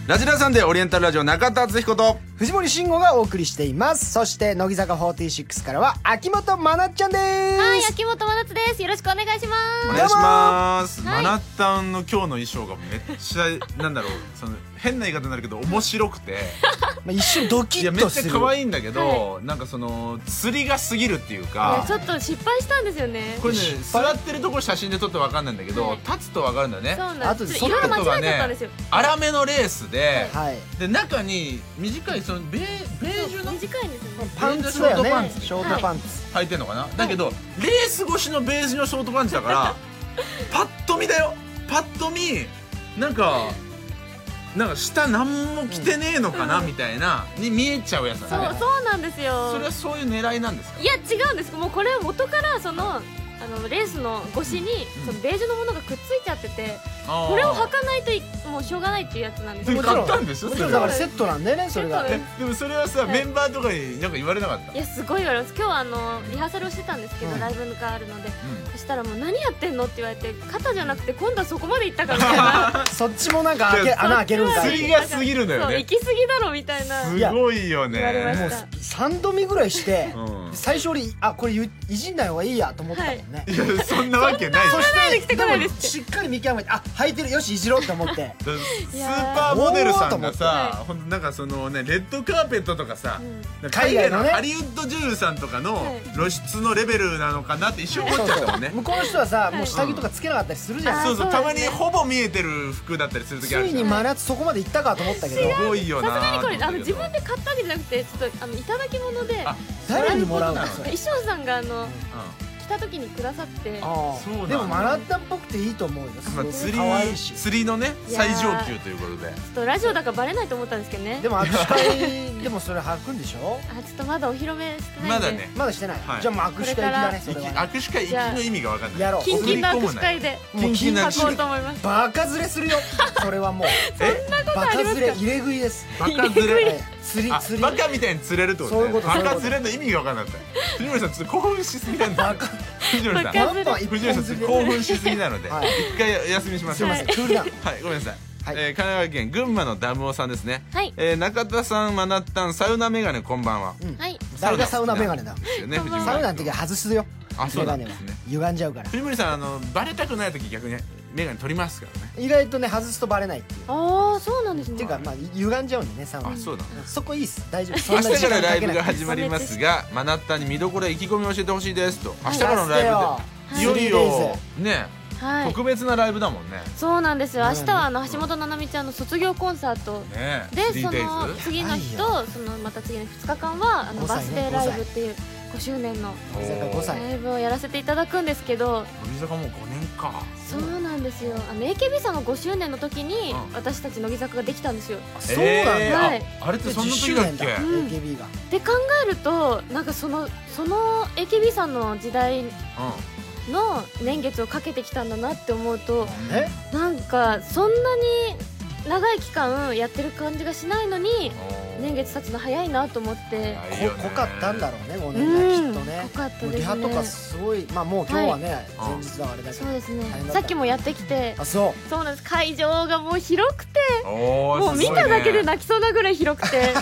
ラジラさんでオリエンタルラジオ中田敦彦と藤森慎吾がお送りしています。そして乃木坂46からは秋元真夏ちゃんです。 はい、秋元真夏です。よろしくお願いします。 お願いします。 はいマナタンの今日の衣装がめっちゃなんだろう、その変な言い方になるけど面白くてまあ一瞬ドキいやめっちッとする。 ゃ可愛いんだけど、なんかその釣りが過ぎるっていうか、 ちょっと失敗したんですよね。 これね座ってるところ写真で撮って分かんないんだけど、 はい立つと分かるんだよね。 そうなんです。 あといろいろ間違えちゃったんですよ。 粗めのレースで、 はい。 で中に短いそのベージュの短いんですよね。 パンツだよね。 ショートパンツショートパンツ。 履いてんのかな、だけどレース越しのベージュのショートパンツだからパッと見だよ、パッと見なんか下何も着てねえのかなみたいなに見えちゃうやつだね。 そうなんですよ。 それはそういう狙いなんですか？ いや違うんです。もうこれは元からそのレースの越しにそのベージュのものがくっついちゃってて、これを履かないともうしょうがないっていうやつなんですよ。 買ったんでしょ？ もちろんだからセットなんだよね、それが。 セッでもそれはさ、メンバーとかになんか言われなかった？ いやすごい言われます。今日はリハーサルをしてたんですけど、ライブがあるので、そしたらもう何やってんのって言われて、肩じゃなくて今度はそこまで行ったかみたいなそっちもなんか穴開けるんかい。 釣りが過ぎるのよね。 そう行き過ぎだろみたいな。 すごいよ言われまね。 した。 3度見ぐらいしてうん最初にこれいじんない方がいいやと思ったもんね。 いやそんなわけない。 そして来てこないですってしっかり見極めて履いてる、よしいじろうって思ってスーパーモデルさんがおーと思さ、ほんとなんかそのねレッドカーペットとかさ、 海外のねハリウッド女優さんとかのはい露出のレベルなのかなって一瞬思っちゃったもんね。 向こうの人はさもう下着とかつけなかったりするじゃん。 そうそう、 そうたまにですねほぼ見えてる服だったりする時あるじゃん。 ついに真夏そこまで行ったかと思ったけど、 すごいよなさすがにこれと思ったけど自分で買ったわけじゃなくて、ちょっといただき物であ誰にもらうのそういうことなのそれ。 衣装さんがう着た時にくださって、 そうなんだでもマナッタンっぽくていいと思うよ。すごいんまあ可愛いし。 釣りのねいやー最上級ということで。 ちょっとラジオだからバレないと思ったんですけどね。 でも握手会でもそれ履くんでしょ？ ちょっとまだお披露目してないんで。 まだねまだしてない。 はいじゃあもう握手会行きだねそれはね。 握手会行きの意味が分かんない。 やろう。 キンキンの握送り込むな手会でもうキンキンな書こうと思います。 バカずれするよ。それはもうバカずれ入れ食いです。 バカずれはい釣りあ釣り。 バカみたいに釣れるってことね。 そういうことバそういうことカ釣れの意味が分かんなかった。藤森さんちょっと興奮しすぎなんだ。 バカ藤森さんバカずれパンパン一藤森さんちょっと興奮しすぎなのではい一回休みします。 すいませんクールダウン。 はい、ごめんなさい。 はい神奈川県群馬のダムオさんですね。 はい中田さん、マナッタン、サウナメガネこんばんは。 はい。 誰がサウナメガネだ。 ですよね、藤森サウナの時は外すよ。 あ、そうメガネはなんですね。 歪んじゃうから。 藤森さんバレたくない時逆にメガネ取りますからね。 意外とね外すとバレないっていう。 ああ、そうなんですね。 っていうかまあ歪んじゃうんでねサウナ。 あ、そうだ。 そこいいっす大丈夫。そ明んな時日からライ間かけなくて。 ブが始まりますが、マナッタンに見どころや意気込みを教えてほしいですと。明日からのラストよライブでいよいよねはい。 特別なライブだもんね。 そうなんですよ。明日は橋本奈々美ちゃんの卒業コンサートねで、そ 3days の次の日はとそのまた次の2日間は 5歳ねバス停ライブっていう5周年の乃木坂5歳。 ライブをやらせていただくんですけど、 乃木坂もう5年か。 そうなんですよ。AKB さんの5周年の時にうん私たち乃木坂ができたんですよ。 そうなんだ。 はいあれってそんな 10 時だっけ周年だ。 うん AKB が。 で考えるとなんかその AKB さんの時代の年月をかけてきたんだなって思うと、 え？ なんかそんなに長い期間やってる感じがしないのに年月経つの早いなと思って。 濃かったんだろうね5年がきっとね。 濃かったもうですね。 リハとかすごいまあもう今日はねはい前日だからあれだけど。 そうですね大変だ。 さっきもやってきて、 あそう。 そうなんです。会場がもう広くて、 ももう見ただけで泣きそうなぐらい広くて、 へ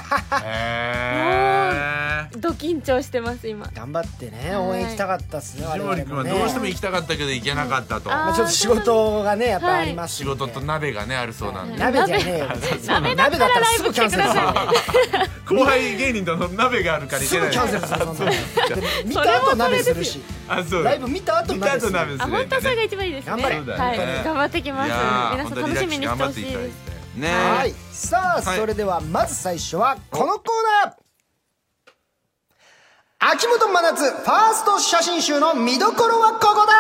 え。 ド緊張してます今。 頑張ってね応援行きたかったっすね我藤 々もね。 森君はどうしても行きたかったけど行けなかったと。 あまあちょっと仕事がねやっぱありますんで。 仕事と鍋がねあるそうなんで。 鍋じゃねえよ。 鍋だったらライブ来てください。 後輩芸人との鍋があるから行けない。 すぐキャンセルするそんなの。で見それもた後鍋それですよするし。 あ、そう。 ライブ見た後見た鍋する。 後鍋する。 あ、本当それが一番いいですね。 頑張れそうだよねはい、頑張ってきます。 いやー皆さん楽しみにしてほしいです。 ね。 はい。さあはいそれではまず最初はこのコーナー。秋元真夏ファースト写真集の見どころはここだ。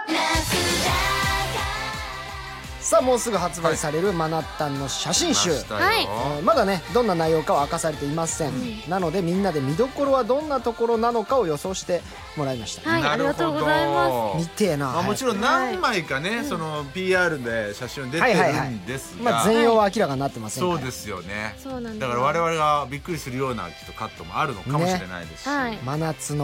さあもうすぐ発売されるマナッタンの写真集、 はいまだねどんな内容かは明かされていません、なのでみんなで見どころはどんなところなのかを予想してもらいました、 はい、ありがとうございます。 見てえな、 まあ、もちろん何枚かね、その PR で写真出てるんですが、 まあ、全容は明らかになってませんから、 そうですよね。 そうなんです。 だから我々がびっくりするようなきっとカットもあるのかもしれないですし、 はい真夏の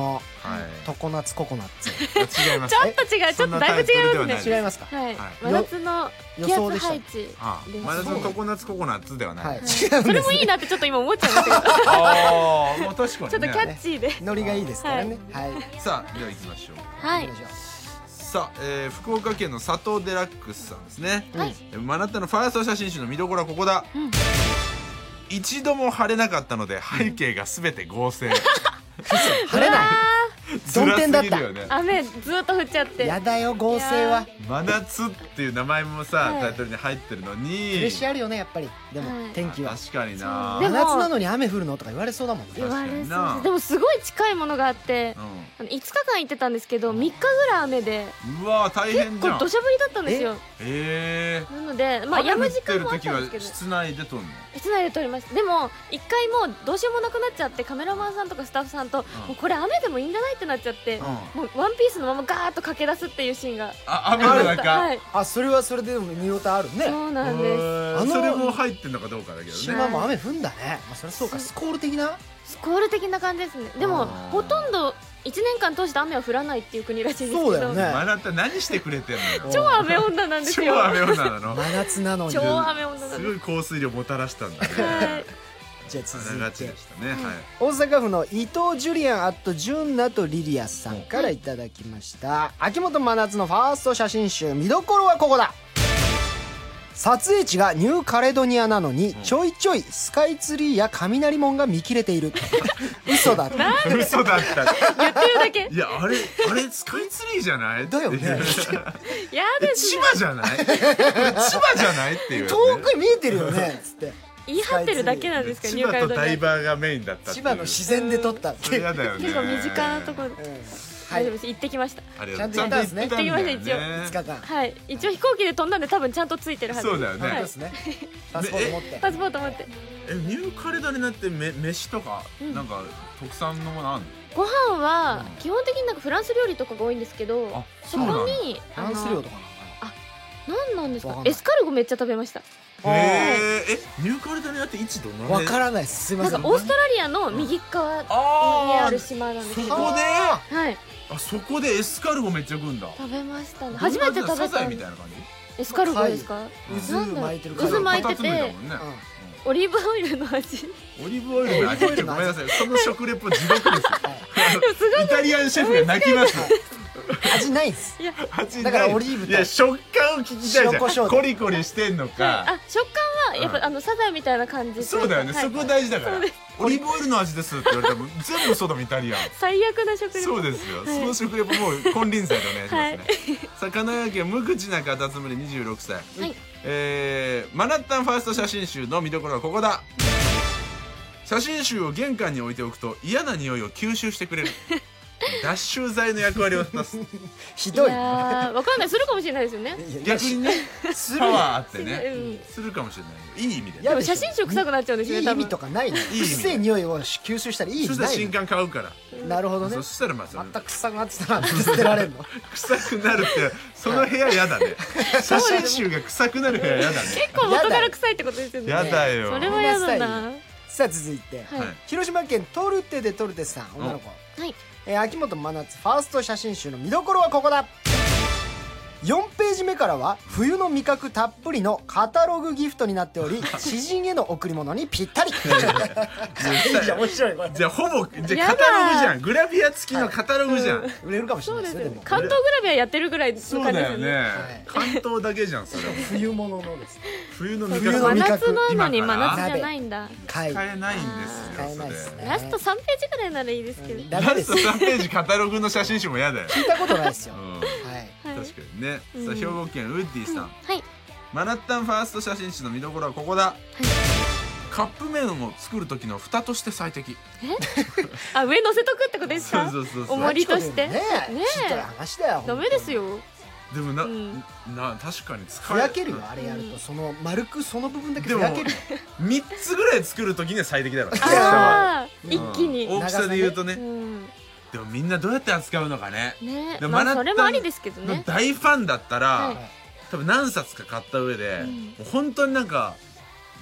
常夏ココナッツ。 違います。 ちょっと違う、ちょっとだいぶ違いますね。 違いますか。 はいはい、 真夏の気圧配置です。 真夏の常夏ココナッツではない。 はい。違うんですそれもいいなってちょっと今思っちゃいましたけど、 ああ、もう確かにね。 ちょっとキャッチーで。 ノリがいいですからね。はい。 さあ、では行きましょう。 はい行きましょう。 さあ、福岡県の佐藤デラックスさんですね。 はいマナッタのファースト写真集の見どころはここだ。 うん一度も晴れなかったので背景がすべて合成。 晴れない。曇天だった辛すぎるよね。 雨ずっと降っちゃって。 やだよ合成は。 真夏っていう名前もさ、 はいタイトルに入ってるのプにレッシャーあるよねやっぱり。でもはい天気は。 確かにな。 でも真夏なのに雨降るのとか言われそうだもんね。 言われ確かになそうです。でもすごい近いものがあって、5日間行ってたんですけど3日ぐらい雨でうわー大変じゃん。 結構土砂降りだったんですよ。なのでまあやむ時間もあったんですけど、 室内で撮るの。 室内で撮りました。でも一回もうどうしようもなくなっちゃって、カメラマンさんとかスタッフさんと、もうこれ雨でもいいんじゃないってなっちゃって、もうワンピースのままガーッと駆け出すっていうシーンがあ、雨の中。 はい、 あ、それはそれででも見応えあるね。 そうなんです。 それも入ってんのかどうかだけどね。 島も雨降んだね。まあそれそうか、スコール的な。 スコール的な感じですね。でもあーほとんど1年間通して雨は降らないっていう国らしいんですけど、 そうだよねマナッタ何してくれてんのよ。 超雨女なんですよ。 超雨女なの。 真夏なのに。 超雨女なんすです。 ごい降水量もたらしたんだね。 はいじゃああな続いてがちでしたね。はい。 大阪府の伊藤ジュリアンジュンナとリリアさんからいただきました秋元真夏のファースト写真集見どころはここだ。撮影地がニューカレドニアなのにちょいちょいスカイツリーや雷門が見切れている。嘘だ。 嘘だった。 言ってるだけ。 いや、あれスカイツリーじゃないだよね。 やです千ね。 葉じゃない千葉じゃないっていうね。 遠くに見えてるよねつって。 言い張ってるだけなんですか、ニューカレドニア。 千葉とダイバーがメインだったっていう。 千葉の自然で撮ったっていう。 それやだよね。 結構身近なところで。 はい大丈夫です。行ってきました。 あれちゃんと行ったんですねちゃんと行ったんだよ行ってきまね 5日間。 はい。一応飛行機で飛んだんで多分ちゃんとついてるはず。 そうだよねはい本当ですね。パスポート持って。 パスポート持って。 ニューカレドニアって飯とかなんか特産のものあんの？ ご飯は基本的になんかフランス料理とかが多いんですけど、 あそこにフランス領とか何なんですかわかんないエスカルゴめっちゃ食べました。 なのかな。 ニューカレドニアって位置どのわ辺？ からないです。すいません。 なんかオーストラリアの右側にある島なんですけど、 そこではいそこでエスカルゴめっちゃ食うんだ。 食べましたね。初めて食べサザたエみたいな感じ？ エスカルゴですか？ 渦巻いてる感じ渦巻いててカタツムリだもんね。 オリーブオイルの味。 オリーブオイルの味ってごめんなさい。その食レポ地獄ですよ。 でもすごいイタリアンシェフが泣きます。 味ないんです。 味だからオリーブといや食感を聞きたいじ塩コショウでゃん。コリコリしてんのか。 あ、食感はやっぱサザエみたいな感じで。 そうだよね。 はいそこ大事だからそうです。 オリーブオイルの味ですって言われたら全部嘘だもんイタリアン。 最悪な食レポ。 そうですよ。 はいその食レポもう金輪際でお願いしますね。さあ神奈川県無口なカタツムリ26歳。 はい。 マナッタンファースト写真集の見どころはここだ。写真集を玄関に置いておくと嫌な匂いを吸収してくれる脱臭剤の役割を果たす。 いひどい。 やーわかんない。するかもしれないですよね。 逆にねすパワーあってうねんするかもしれない。いい意味で。 いやでも写真集臭くなっちゃうんですよね。多分いい意味とかないの。 い意味臭い匂いを吸収したらいい意そしたら新味ないの。 刊買うから。 なるほどねそ。したらまあその全く臭くなってたら捨てられるの。 臭くなるってその部屋やだね。写真集が臭くなる部屋やだね。 結構元から臭いってことですよね。 やだよ。 それはやだな。 さあ続いてはいはい広島県トルテでトルテさん女の子。 はい。 秋元真夏ファースト写真集の見どころはここだ。4ページ目からは冬の味覚たっぷりのカタログギフトになっており知人への贈り物にぴったり。いいじゃん面白いこれ。 じゃあほぼじゃあやだカタログじゃん。グラビア付きのカタログじゃん。 売れるかもしれそないでよ。でもうですすよ関東グラビアやってるぐらいの感じですそうだよねはい。 関東だけじゃんそれは。 冬物のですね。 冬の味冬の覚真味覚夏なのに真今から夏じゃないんだ。 買い使えないんですよ。 買えないですそね。 ラスト3ページぐらいならいいですけど。 ダメです。 ラスト3ページカタログの写真集も嫌だよ。 聞いたことないですよ。 うんはい。 はい確かにね。 うんさあ兵庫県ウッディさん。 はい。 マナッタンファースト写真集の見どころはここだ。カップ麺を作る時の蓋として最適。 あ、上乗せとくってことですか？ そう重りとして。 ねえ。 ね知ったら話だよ。 ダメですよ。 でもうん確かに使ふやけるよあれやるとその丸くその部分だけふやけるよ。 3つぐらい作る時には最適だろうね。 ああ、 うん一気に。 大きさで言うとうね。 ん。 でもみんなどうやって扱うのかね。 ね。 でもまあマナッタンそれもありですけどね。 の大ファンだったら、 はい多分何冊か買った上で、 うんもう本当になんか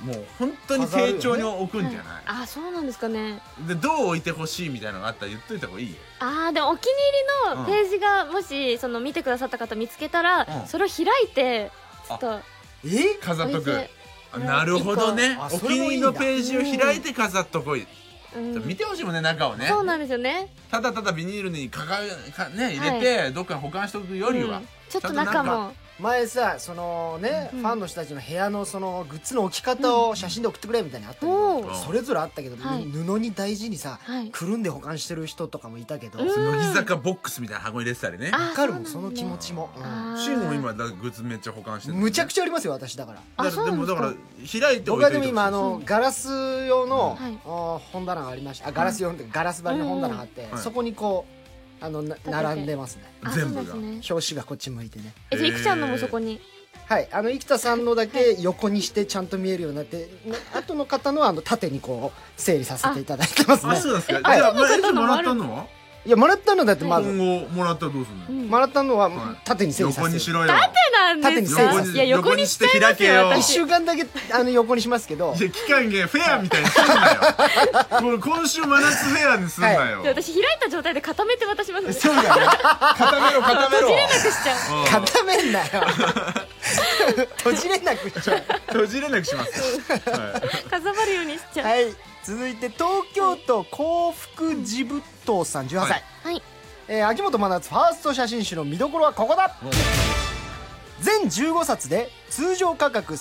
もう本当に丁重に置くんじゃない、 あ、そうなんですかね。 でどう置いてほしいみたいなのがあったら言っといた方がいいよ。 でもお気に入りのページがもしその見てくださった方見つけたら、それを開いてちょっと飾っとく。 置いてなるほどね。 あお気に入りのページを開いて飾っとこい。 うん見てほしいもんね、中をね。 そうなんですよね。 ただただビニールにね入れてどっかに保管しておくよりは、 ちょっと中も前さそのね、ファンの人たちの部屋のそのグッズの置き方を写真で送ってくれみたいなのあったけど、それぞれあったけど、布に大事にさ、くるんで保管してる人とかもいたけど、 乃木坂ボックスみたいな箱入れてたりね。 分かるもんその気持ちも。 シンゴも今グッズめっちゃ保管してる。 むちゃくちゃありますよ私だから。 でもだから開いて僕はでも今ガラス用の本棚がありました。ガラス用のガラス張りの本棚があって、そこにこう並んでますね。 全部が表紙がこっち向いてね。 じゃあいくちゃんのもそこに。 はい、生田さんのだけ横にしてちゃんと見えるようになって、後の方のは縦にこう整理させていただいてますね。 あ、そうですか。じゃあもらったのは？ いやもらったのだってまず今後もらったらどうするの？ もらったのは縦に整理させて。 横にしろよ。 縦なんですか？いや横にしちゃいますよ。 1週間だけ横にしますけど。 いや期間限フェアみたいにすんなよ。今週真夏フェアにすんなよ。 私開いた状態で固めて渡します。 そうだね。 固めろ固めろ。 閉じれなくしちゃう。 固めんなよ。閉じれなくしちゃう。 閉じれなくします。 かさばるようにしちゃう。 はい。続いて東京都幸福寺仏頭さん18歳。 はい。 秋元真夏ファースト写真集の見どころはここだ。全15冊で通常価格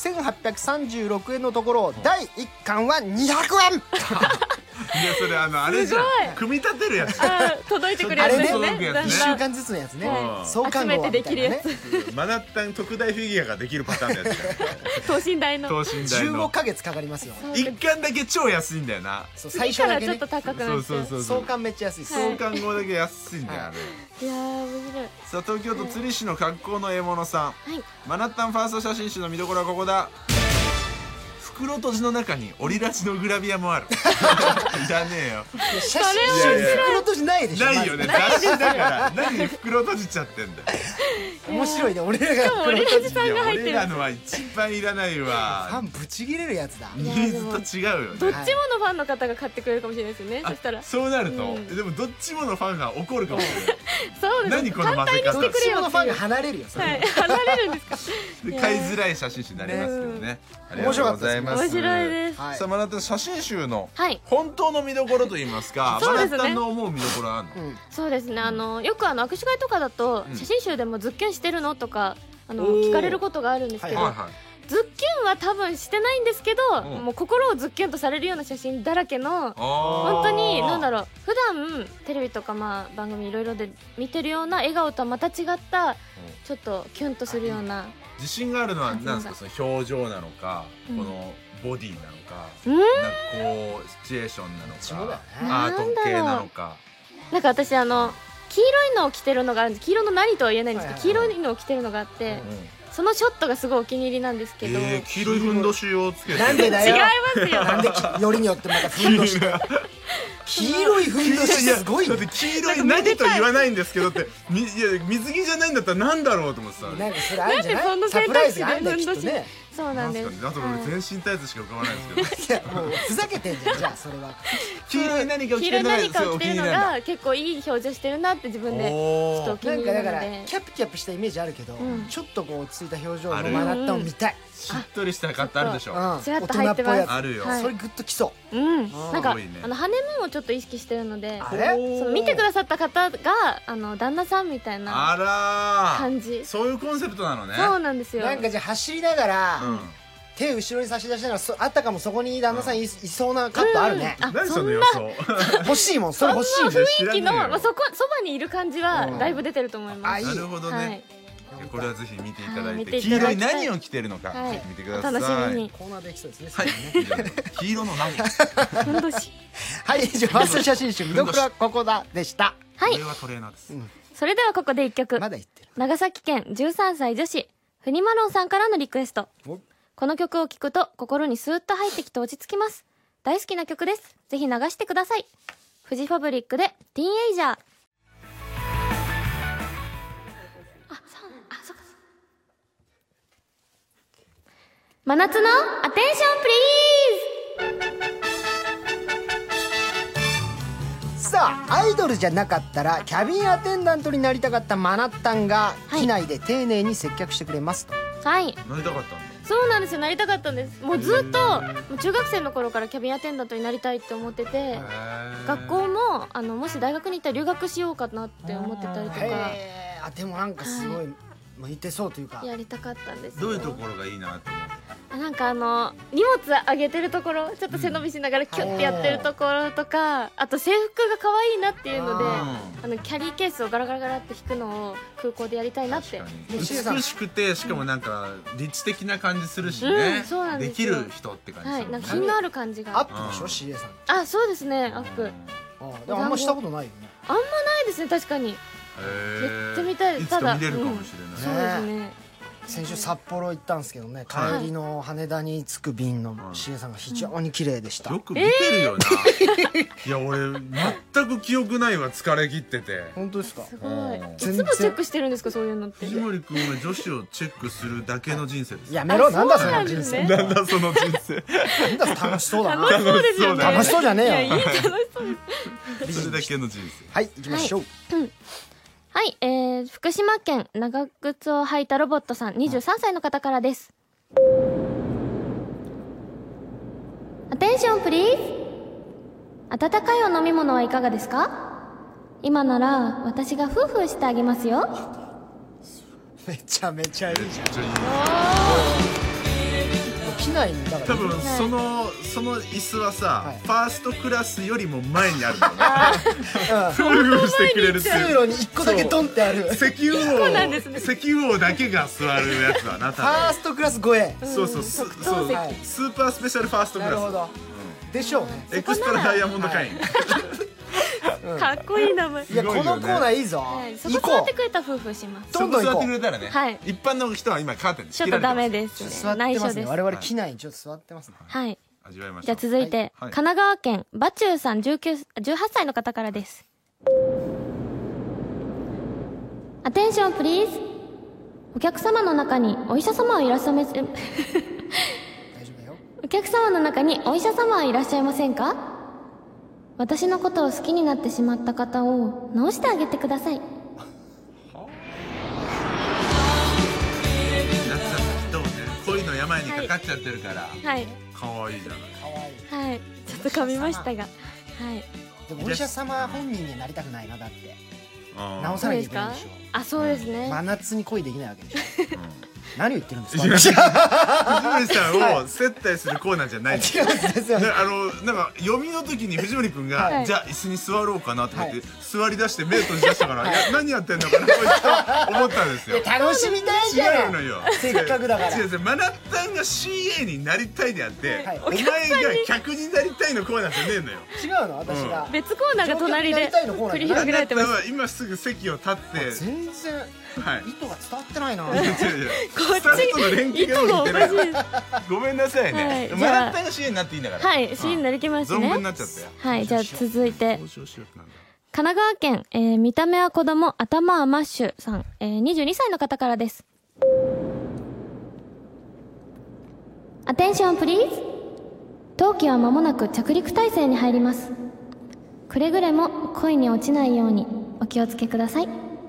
1836円のところ、第1巻は200円。 いやそれあれじゃん、組み立てるやつ。 届いてくるやつですね。 1週間ずつのやつね。創刊号みたいなね。 集めてできるやつ。 マナッタン特大フィギュアができるパターンのやつ。 等身大の。 15ヶ月かかりますよ。 1巻だけ超安いんだよな。 最初だけね。 ちょっと高くなっちゃう。 創刊めっちゃ安い。 創刊号だけ安いんだよあれ。 いや面白い。 さあ東京都釣り市の格好の獲物さん。マナッタンファースト写真集の見どころはここだ。袋閉じの中に折り出しのグラビアもある。いらねえよ。 写真集袋閉じないでしょ。 ないよね。雑誌だから何で袋閉じちゃってんだよ。 面白いね。俺らが袋閉じさんが入ってる。 俺らのは一番いらないわ。 ファンブチギレるやつだ。 ニーズと違うよね。 どっちものファンの方が買ってくれるかもしれないですよね。そしたらそうなるとでもどっちものファンが怒るかもしれない。 そうです。 何この混ぜ方。 どっちものファンが離れるよ。 はい、離れるんですか。 買いづらい写真集になりますけどね。 面白かったです。 面白いです。 さあマナッタン写真集の本当の見どころと言いますか、マナッタンの思う見どころはあるの？ そうですね。よく握手会とかだと写真集でもズッキュンしてるのとか聞かれることがあるんですけど、ズッキュンは多分してないんですけど、もう心をズッキュンとされるような写真だらけの、本当になんだろう、普段テレビとか番組いろいろで見てるような笑顔とはまた違ったちょっとキュンとするような。 自信があるのは何ですか？その表情なのか、このボディなのか、なんかこうシチュエーションなのか、アート系なのか。なんか私黄色いのを着てるのがあるんです。黄色の何とは言えないんですけど、黄色いのを着てるのがあって、そのショットがすごいお気に入りなんですけど。 黄色いふんどしをつけて。 なんでだよ。 違いますよ。 なんでよりによってまたふんどし。黄色いふんどしすごい。 だって黄色い何と言わないんですけどって、いや水着じゃないんだったらなんだろうと思ってさ。 なんかそれあるんじゃない？サプライズがあるんだよきっとね。 そうなんです。 あと俺全身タイツしか浮かばないんですけど。 いやもうふざけてんじゃん。じゃあそれは。 黄色い何かを着てるのが結構いい表情してるなって自分でちょっとお気に入りなので。 なんかだからキャプキャプしたイメージあるけど、ちょっとこう落ち着いた表情のマナッタンを見たい。 しっとりしたカットあるでしょ。 ちらっと入ってます。 あるよ。 それグッときそう。 なんかハネムーンをちょっと意識してるので、その見てくださった方が旦那さんみたいな感じ。 そういうコンセプトなのね。 そうなんですよ。 なんかじゃあ走りながら手後ろに差し出しながらあったかも、そこに旦那さんいそうなカットあるね。 何その予想。 欲しいもん。それ欲しいもん。 雰囲気のそばにいる感じはだいぶ出てると思います。 なるほどね。これはぜひ見ていただいて、黄色い何を着てるのか見てください。 楽しみに。 コーナーできそうですね。 はい。黄色の何？ ふんどし。 はい、以上ファースト写真集見どころはここだでした。 はい。 これはトレーナーです。 それではここで一曲。 まだ言ってる。 長崎県13歳女子フニマロンさんからのリクエスト。この曲を聴くと心にスーッと入ってきて落ち着きます。大好きな曲です。ぜひ流してください。フジファブリックでティーンエイジャー。真夏のアテンションプリーズ。 アイドルじゃなかったらキャビンアテンダントになりたかったマナッタンが機内で丁寧に接客してくれますと。 はいなりたかったんだ。 そうなんですよ、なりたかったんです。もうずっともう中学生の頃からキャビンアテンダントになりたいって思ってて、学校ももし大学に行ったら留学しようかなって思ってたりとか。 でもなんかすごい向いてそうというか、 やりたかったんですよ。 どういうところがいいなって思う？ なんか荷物上げてるところ、ちょっと背伸びしながらキュッてやってるところとか、あと制服が可愛いなっていうので、キャリーケースをガラガラガラって引くのを空港でやりたいなって。 美しくて、しかもなんか立地的な感じするしね、 そうなんでですよ。 きる人って感じする、 はい、なんか品のある感じが。 アップでしょ CA さん。 あ、そうですね、アップ。 でもあんましたことないよね。 あんまないですね、確かに。やってみたい。 いつか見れるかもしれない。 そうですね。 先週札幌行ったんですけどね、帰りの羽田に着く便の CA さんが非常に綺麗でした。 よく見てるよな。いや俺全く記憶ないわ、疲れ切ってて。 本当ですか？ すごい。いつもチェックしてるんですか、そういうのって。 藤森君は女子をチェックするだけの人生です。 やめろ、なんだその人生。 なんだその人生。 なんだ楽しそうだな。 楽しそうですよね。 楽しそうじゃねえよ。 いや、いい楽しそうです。 それだけの人生。 はい、行きましょう。 はい、福島県長靴を履いたロボットさん23歳の方からです。アテンションプリーズ。温かいお飲み物はいかがですか？今なら私がフーフーしてあげますよ。 めちゃめちゃいいじゃん。 めっちゃいい。 機内にだから多分その椅子はさ、ファーストクラスよりも前にあるんだよね。フーフーしてくれるって通路に1個だけドンってある。 石油王だけが座るやつだな。 ファーストクラス超え。 そうそう、スーパースペシャルファーストクラス。 なるほど。でしょうね。 エクストラダイヤモンド会員。 かっこいい名前。 いや、このコーナーいいぞ。 そこ座ってくれたらフーフーします。 どんどん座ってくれたらね。 はい。 一般の人は今カーテンちょっとダメですね。 座ってますね。我々機内にちょっと座ってますね。 はい。 味わいました。 じゃあ続いて神奈川県バチューさん18歳の方からです。アテンションプリーズ。お客様の中にお医者様はいらっしゃいません？お客様の中にお医者様はいらっしゃいませんか？私のことを好きになってしまった方を治してあげてください。 なっちゃん人をね、恋の病にかかっちゃってるから。はい。可愛いじゃない。 可愛い。 はい。ちょっと噛みましたが。はい。 でもお医者様本人になりたくないな、だって。直さなきゃいけないでしょ。 あ、そうですね。 真夏に恋できないわけでしょ。何を言ってるんですか？ 藤森さんを接待するコーナーじゃないの。 違うんですよ。 なんか読みの時に藤森君がじゃあ椅子に座ろうかなと思って座り出して目閉じ出したから、何やってんのかなこいつと思ったんですよ。 楽しみたいじゃん。 違うのよ。 せっかくだから。 違う、マナッタンが CA になりたいであって、お前が客になりたいのコーナーじゃねえのよ。 違うの、私が。 別コーナーが隣で繰り広げられてます。 今すぐ席を立って全然意図が伝わってないな。 こっち糸がおかしい。 ごめんなさいね。マナッタンが CA になっていいんだから。 はい、CA になりきましたね。 存分になっちゃったよ。 はい、じゃあ続いて神奈川県見た目は子供頭はマッシュさん22歳の方からです。アテンションプリーズ。当機は間もなく着陸態勢に入ります。くれぐれも恋に落ちないようにお気をつけください。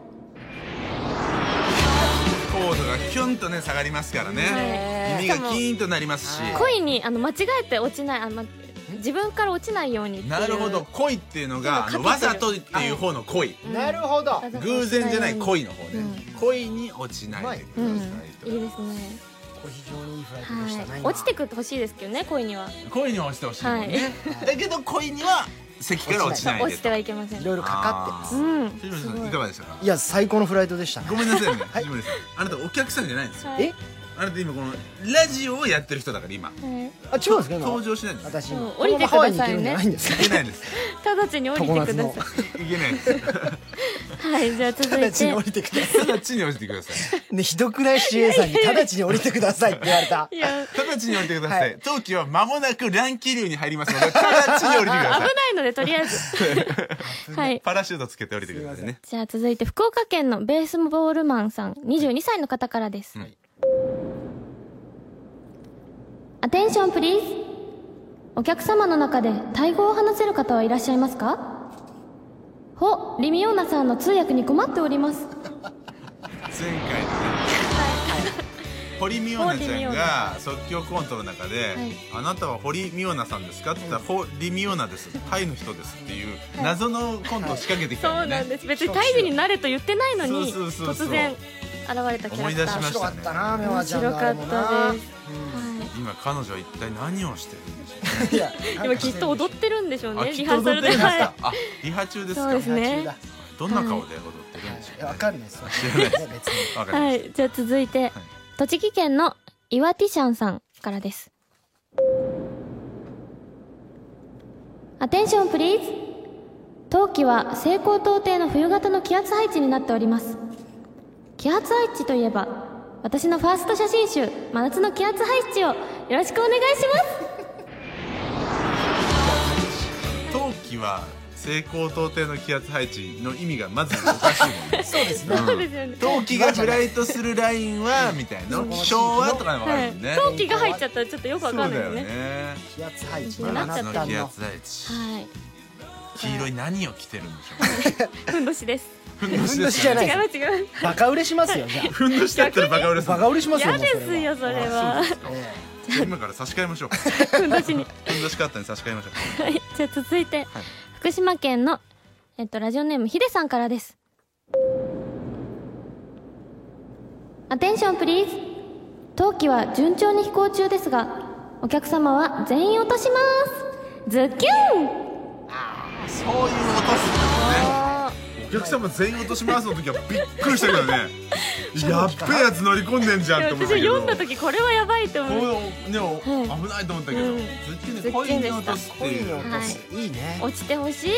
高度がキュンとね下がりますからね。耳がキーンとなりますし。 恋に間違えて落ちない自分から落ちないようにっていう。 なるほど、恋っていうのがわざとっていう方の恋。 なるほど。 偶然じゃない恋の方ね。恋に落ちないでください。 いいですね。 非常にいいフライトでしたね。 落ちてくってほしいですけどね、恋には。 恋には落ちてほしいもんね。だけど恋には席から落ちないで。 落ちてはいけません。 いろいろかかってます。 藤森さんいかがでしたか？ いや、最高のフライトでしたね。 ごめんなさいね、藤森さん。あなたお客さんじゃないんですよ。あなた今このラジオをやってる人だから今。 あ、違うんですか？ 登場しないんです。 私降りてくださいね。 いけないです。 直ちに降りてください。いけないです。 はい、じゃあ続いて。 直ちに降りてください。 直ちに降りてください。 ね、ひどくない CA さんに直ちに降りてくださいって言われた。 直ちに降りてください。当機は間もなく乱気流に入りますので、直ちに降りてください。 危ないのでとりあえず。はい。 パラシュートつけて降りてくださいね。 じゃあ続いて福岡県のベースボールマンさん22歳の方からです。アテンションプリーズ。お客様の中でタイ語を話せる方はいらっしゃいますか？ ほリミオーナさんの通訳に困っております。 前回のね堀美央奈ちゃんが即興コントの中で、あなたは堀美央奈さんですかって言ったら、堀美央奈です、タイの人ですっていう謎のコントを仕掛けてきたんそうだね。 なんです。別にタイ人になれと言ってないのにそう突然現れたキャラクター。 思い出しましたね。 面白かったな、メワちゃん面白かったです。 今彼女は一体何をしてるんでしょうね。 いや今きっと踊ってるんでしょうね、 あリハーサルで。 きっと踊ってるんですか。 はいあ、リハ中ですか。 そうですね。 どんな顔で踊ってるんでしょうね。 わかんないです。 知らないです。 別に。 わかりましはい、じゃあ続いて、栃木県の岩ティシャンさんからです。アテンションプリーズ。当機は西高東低の冬型の気圧配置になっております。気圧配置といえば、私のファースト写真集真夏の気圧配置をよろしくお願いした。冬季は西高東低の気圧配置の意味がまずおかしいもんね。 そうですね。 ます。そうですよね。 冬季がフライトするラインはみたいな、昭和とかでもあはいるもんね。 冬季が入っちゃったらちょっとよくわかんないですね。 気圧配置なっちゃった夏の気圧配置。 はい。 黄色い何を着てるんでしょうね。 ふんどしです。 ふんどしふんですよね。 どしじゃない違います違います。 バカ売れしますよ、じゃふんどしだったらバカ売れする。 バカ売れしますよ。 嫌ですよそれは。 今から差し替えましょう。 ふんどしに。 ふんどしカッターに差し替えましょう。 はい。じゃあ続いて、福島県のラジオネームヒデさんからです。アテンションプリーズ。当機は順調に飛行中ですが、お客様は全員落とします。ズッキュン。 そういう落とすんだよね。お客様全員落としますの時はびっくりしたけどね。やっべえやつ乗り込んでんじゃんって思ったけど。 私読んだ時これはやばいと思う。 こうね、危ないと思ったけど、ズッキュンでコインに落とすっていう。 コインに落とす。いいね。 落ちてほしい。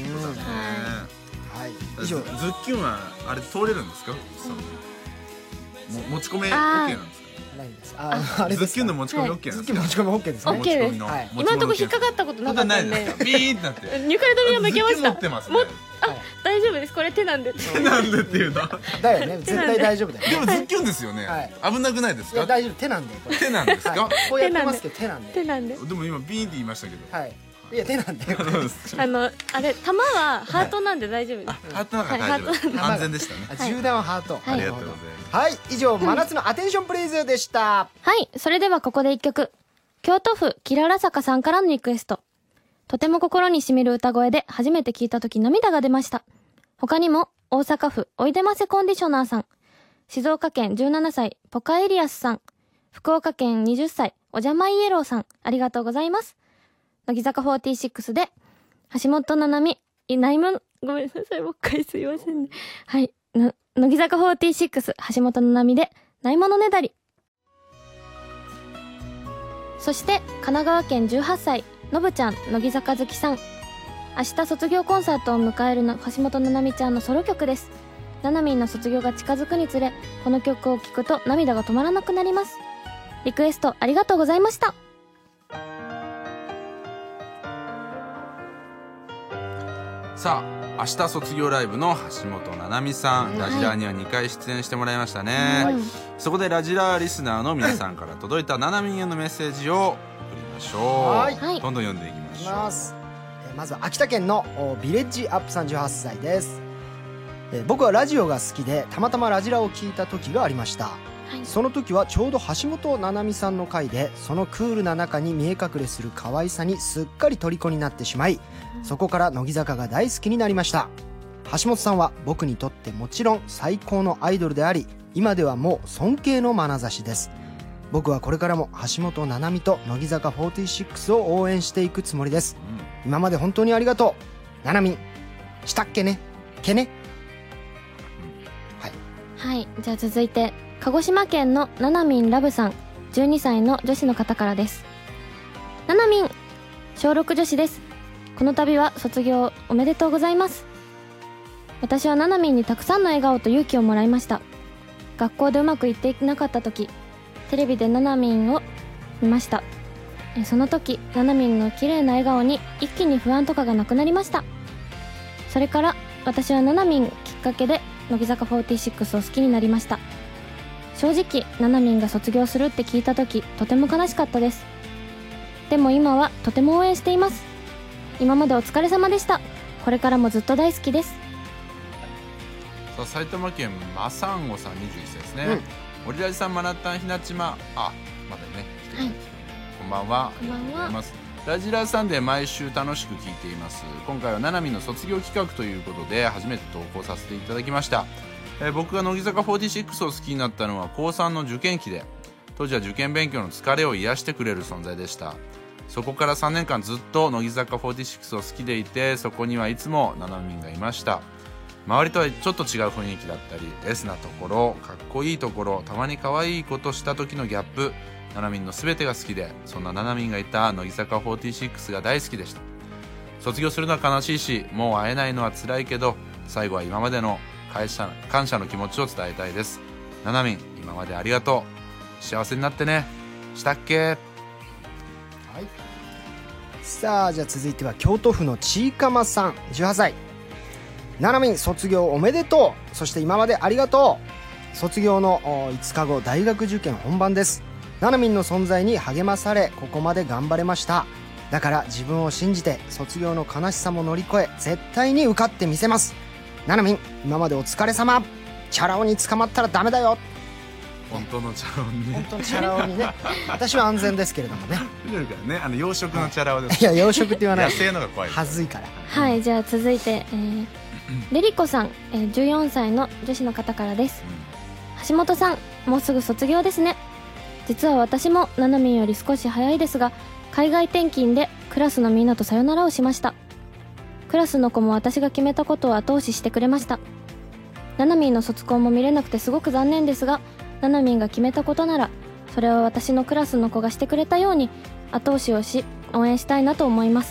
はい。以上。 ズッキュンはあれ通れるんですか？持ち込め OK なんですか？ ないです。あれです。 ズッキュンの持ち込み OK なんですか？ ズッキュン持ち込み OK ですね。 OK です。今のところ引っかかったことなかったんで。 ビーンってなって。 ニューカレドニアもいけました。 ズッキュン持ってますね。 大丈夫です。これ手なんで。 手なんでっていうの。 だよね。絶対大丈夫だよ。 でもズッキュンですよね。危なくないですか？ 大丈夫。手なんで。 手なんですか？ こうやってますけど手なんで。 手なんで。 でも今ビーンって言いましたけど。 はい。いや手なんで。 あれ弾はハートなんで大丈夫です。 ハートなんか大丈夫。安全でしたね。 銃弾はハート。 ありがとうございます。 はい、以上真夏のアテンションプリーズでした。 はい、それではここで一曲。京都府キララ坂さんからのリクエスト。とても心に染みる歌声で初めて聞いた時涙が出ました。他にも大阪府おいでませコンディショナーさん、静岡県17歳ポカエリアスさん、福岡県20歳おじゃまイエローさん、ありがとうございます。乃木坂46で橋本七海ないもん、ごめんなさい、もう一回すいませんね。はい、乃木坂46橋本七海でないものねだり。そして神奈川県18歳のぶちゃん乃木坂好きさん、明日卒業コンサートを迎えるの橋本七海ちゃんのソロ曲です。ななみんの卒業が近づくにつれ、この曲を聴くと涙が止まらなくなります。リクエストありがとうございました。 さあ、明日卒業ライブの橋本七海さん、ラジラーには2回出演してもらいましたね。そこでラジラーリスナーの皆さんから届いた七海へのメッセージを送りましょう。どんどん読んでいきましょう。 まずは秋田県のビレッジアップ38歳です。僕はラジオが好きでたまたまラジラを聞いた時がありました。その時はちょうど橋本七海さんの回で、そのクールな中に見え隠れする可愛さにすっかり虜になってしまい、そこから乃木坂が大好きになりました。橋本さんは僕にとってもちろん最高のアイドルであり、今ではもう尊敬の眼差しです。僕はこれからも橋本七海と乃木坂46を応援していくつもりです。今まで本当にありがとう。七海したっけねけね。 はい、じゃあ続いて鹿児島県のななみんラブさん、12歳の女子の方からです。ななみん、小6女子です。この度は卒業おめでとうございます。私はななみんにたくさんの笑顔と勇気をもらいました。学校でうまくいっていなかった時、テレビでななみんを見ました。その時ななみんの綺麗な笑顔に一気に不安とかがなくなりました。それから私はななみんきっかけで乃木坂46を好きになりました。正直ななみんが卒業するって聞いた時、とても悲しかったです。でも今はとても応援しています。今までお疲れ様でした。 これからもずっと大好きです。 さあ埼玉県マサンゴさん21歳ですね、オリラジさん、マナッタンひなちま、まだね来てくれてます、こんばんは。 こんばんは。 ありがとうございます。ラジラサンデー毎週楽しく聞いています。今回はななみんの卒業企画ということで初めて投稿させていただきました。僕が乃木坂46を好きになったのは高3の受験期で、当時は受験勉強の疲れを癒してくれる存在でした。そこから3年間ずっと乃木坂46を好きでいて、そこにはいつもななみんがいました。周りとはちょっと違う雰囲気だったり、エスなところ、かっこいいところ、たまに可愛いことした時のギャップ、ななみんの全てが好きで、そんなななみんがいた乃木坂46が大好きでした。卒業するのは悲しいし、もう会えないのは辛いけど、最後は今までの感謝の気持ちを伝えたいです。ななみん、今までありがとう。幸せになってね。したっけ。はい。 さあ、じゃあ続いては京都府のちいかまさん18歳。ななみん、卒業おめでとう。そして今までありがとう。卒業の5日後、大学受験本番です。ななみんの存在に励まされ、ここまで頑張れました。だから自分を信じて、卒業の悲しさも乗り越え、絶対に受かってみせます。ななみん、今までお疲れ様。チャラ男に捕まったらダメだよ。 本当のチャラ男にね。 本当のチャラ男にね。私は安全ですけれどもね。 養殖のチャラ男です。 いや、養殖って言わない。 野生のが怖い。 はずいから。 はい、じゃあ続いて、レリコさん、14歳の女子の方からです。橋本さん、もうすぐ卒業ですね。実は私もななみんより少し早いですが、海外転勤でクラスのみんなとさよならをしました。クラスの子も私が決めたことを後押ししてくれました。ななみんの卒コンも見れなくてすごく残念ですが、ななみんが決めたことなら、それは私のクラスの子がしてくれたように後押しをし、応援したいなと思います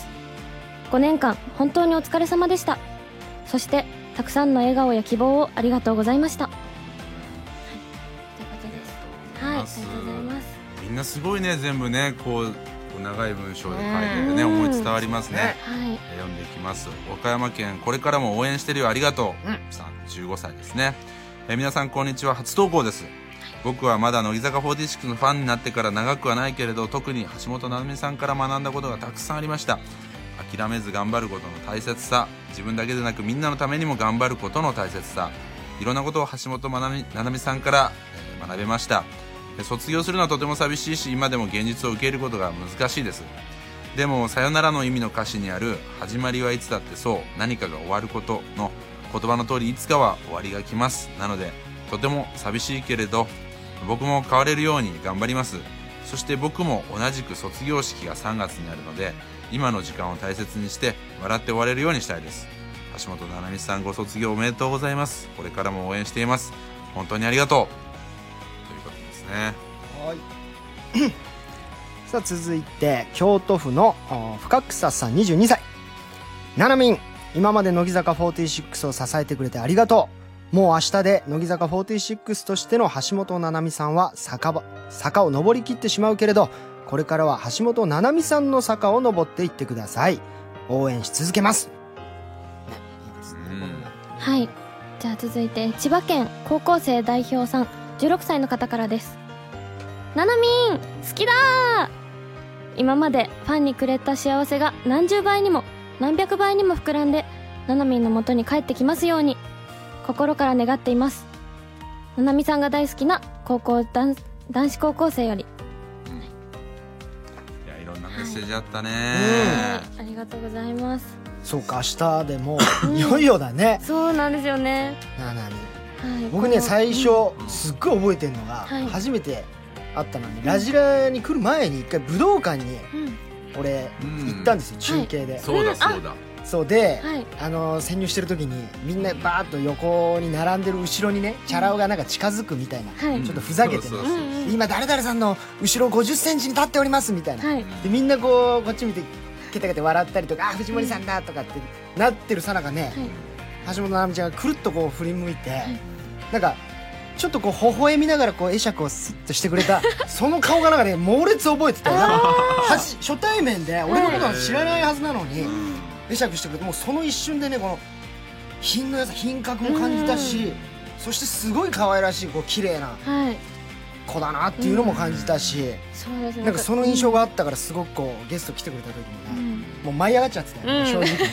。5年間本当にお疲れ様でした。そしてたくさんの笑顔や希望をありがとうございました。はい、ということです。はい、ありがとうございます。 みんなすごいね、全部ね、こう長い文章で書いててね、思い伝わりますね。はい、読んでいきます。岡山県、これからも応援してるよ、ありがとう、さん15歳ですね。皆さんこんにちは、初投稿です。僕はまだ乃木坂46のファンになってから長くはないけれど、特に橋本奈々美さんから学んだことがたくさんありました。諦めず頑張ることの大切さ、自分だけでなくみんなのためにも頑張ることの大切さ、いろんなことを橋本奈々美さんから学べました。卒業するのはとても寂しいし、今でも現実を受け入れることが難しいです。でもさよならの意味の歌詞にある始まりはいつだってそう、何かが終わることの言葉の通り、いつかは終わりが来ます。なのでとても寂しいけれど、僕も変われるように頑張ります。そして僕も同じく卒業式が3月にあるので、今の時間を大切にして笑って終われるようにしたいです。橋本奈々美さん、ご卒業おめでとうございます。これからも応援しています。本当にありがとう、ということですね。 はいさあ続いて京都府の深草さん22歳。ななみん、今まで乃木坂46を支えてくれてありがとう。もう明日で乃木坂46としての橋本奈々美さんは坂を登り切ってしまうけれど、これからは橋本奈々美さんの坂を登っていってください。応援し続けます。 はい、じゃあ続いて千葉県高校生代表さん16歳の方からです。ななみん好きだー。今までファンにくれた幸せが何十倍にも何百倍にも膨らんで、ななみんの元に帰ってきますように心から願っています。ななみさんが大好きな男子高校生より。 いや、いろんなメッセージあったね、 ありがとうございます。 そうか、明日でもいよいよだね。 そうなんですよね。 ななみ、僕ね最初すっごい覚えてるのが、初めて会ったのに、ラジラに来る前に一回武道館に俺行ったんですよ、中継で。 そうだそうだ。 そうで、潜入してる時にみんなバーッと横に並んでる後ろにね、チャラ男がなんか近づくみたいな、ちょっとふざけてね、今誰々さんの後ろ50センチに立っておりますみたいな、でみんなこっち見てケタケタ笑ったりとか、あ、藤森さんだとかってなってるさなかね、橋本奈々美ちゃんがくるっとこう振り向いて、なんかちょっとこう微笑みながらこう会釈をスッとしてくれたその顔がなんかね猛烈覚えてて、なんか初対面で俺のことは知らないはずなのに会釈してくれて、もうその一瞬でね、この品の良さ、品格も感じたし、そしてすごい可愛らしいこう綺麗な子だなっていうのも感じたし、なんかその印象があったから、すごくこうゲスト来てくれた時にね、もう舞い上がっちゃってたよね、正直。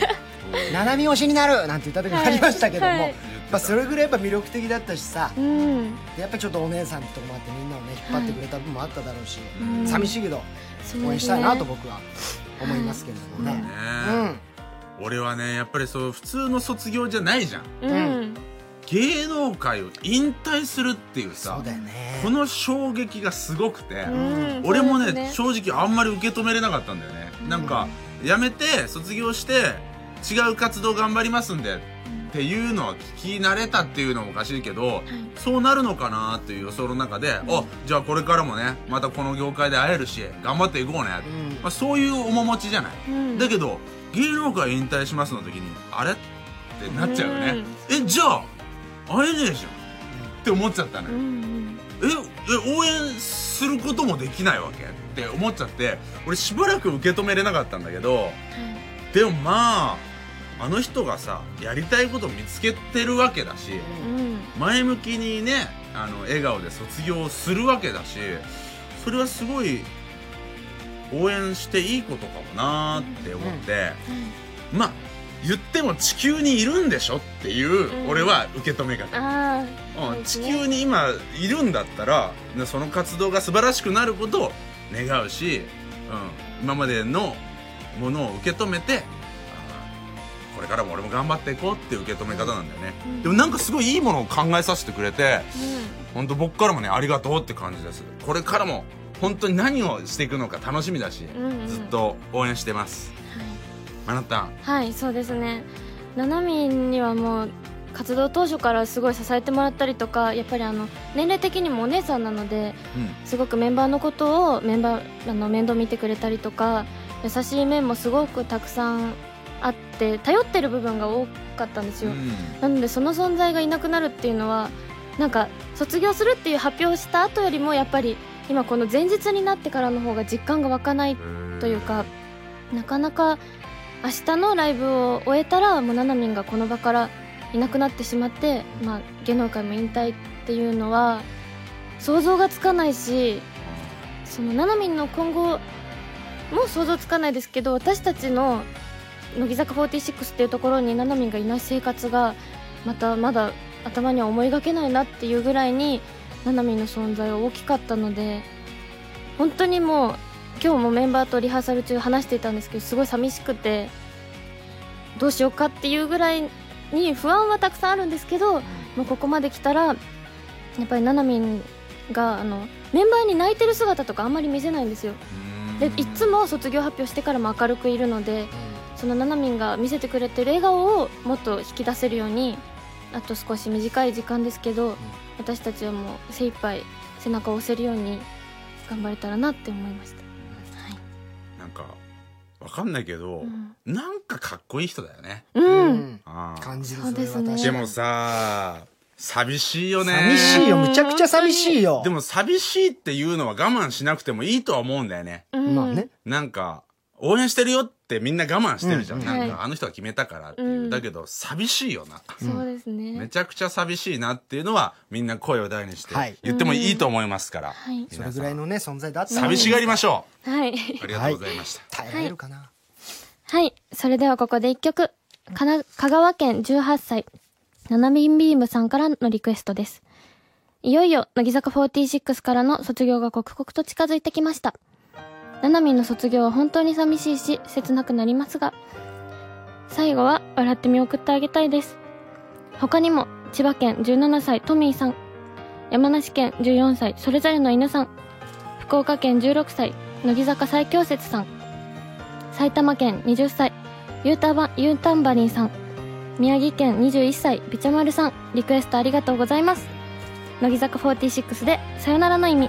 ななみ推しになるなんて言った時もありましたけども、 はいはい、 まあ、それぐらいやっぱ魅力的だったしさ、 うん、 でやっぱりちょっとお姉さんってとこもあってみんなをね引っ張ってくれた部分もあっただろうし、 うん、 寂しいけど応援したいなと僕は思いますけれどもね、 俺はねやっぱりそう普通の卒業じゃないじゃん、 うん、 芸能界を引退するっていうさ、 そうだよね、 この衝撃がすごくて、 うん、 俺もね正直あんまり受け止めれなかったんだよね、なんか辞めて卒業して違う活動頑張りますんでっていうのは聞き慣れたっていうのもおかしいけど、そうなるのかなっていう予想の中で、じゃあこれからもねまたこの業界で会えるし頑張っていこうね、まあ、そういう面持ちじゃない、だけど芸能界引退しますの時にあれってなっちゃうよね、じゃあ会えねえじゃんって思っちゃったのよ、応援することもできないわけって思っちゃって、俺しばらく受け止めれなかったんだけど、でもまああの人がさやりたいこと見つけてるわけだし、前向きにね笑顔で卒業するわけだし、それはすごい応援していいことかもなって思って、まあ言っても地球にいるんでしょっていう俺は受け止め方、地球に今いるんだったらその活動が素晴らしくなることを願うし、今までのものを受け止めてこれからも俺も頑張っていこうっていう受け止め方なんだよね、でもなんかすごいいいものを考えさせてくれて、本当僕からもねありがとうって感じです。これからも本当に何をしていくのか楽しみだし、ずっと応援してます。あなた。はい、 そうですね。ななみんにはもう活動当初からすごい支えてもらったりとか、やっぱり年齢的にもお姉さんなので、すごくメンバーのことを面倒見てくれたりとか、優しい面もすごくたくさんあって頼ってる部分が多かったんですよ、なのでその存在がいなくなるっていうのはなんか卒業するっていう発表をした後よりもやっぱり今この前日になってからの方が実感が湧かないというか、なかなか明日のライブを終えたらもうななみんがこの場からいなくなってしまって、まあ、芸能界も引退っていうのは想像がつかないし、そのななみんの今後も想像つかないですけど、私たちの乃木坂46っていうところにななみんがいない生活がまだ頭には思いがけないなっていうぐらいにななみんの存在は大きかったので、本当にもう今日もメンバーとリハーサル中話していたんですけど、すごい寂しくてどうしようかっていうぐらいに不安はたくさんあるんですけど、もうここまで来たらやっぱりななみんがメンバーに泣いてる姿とかあんまり見せないんですよ。でいつも卒業発表してからも明るくいるので、そのななみんが見せてくれてる笑顔をもっと引き出せるように、あと少し短い時間ですけど、私たちはもう精一杯背中を押せるように頑張れたらなって思いました。 なんかわかんないけど、なんかかっこいい人だよね。 感じる。 そうですね。 でもさ、寂しいよね。 寂しいよ、むちゃくちゃ寂しいよ。 でも寂しいっていうのは我慢しなくてもいいとは思うんだよね。 まあね。 なんか応援してるよってみんな我慢してるじゃん。なんかあの人が決めたからっていう。だけど寂しいよな。 そうですね。 めちゃくちゃ寂しいなっていうのはみんな声を大にして言ってもいいと思いますから。 それぐらいのね存在だったら寂しがりましょう。 はい。 ありがとうございました。 耐えられるかな。 はい。それではここで一曲。香川県18歳。ななみんビームさんからのリクエストです。いよいよ乃木坂46からの卒業が刻々と近づいてきました。ななみんの卒業は本当に寂しいし切なくなりますが、最後は笑って見送ってあげたいです。他にも千葉県17歳トミーさん、山梨県14歳それぞれの犬さん、福岡県16歳乃木坂最強説さん、埼玉県20歳ゆうたんばりんさん、宮城県21歳びちゃまるさん、リクエストありがとうございます。乃木坂46でさよならの意味。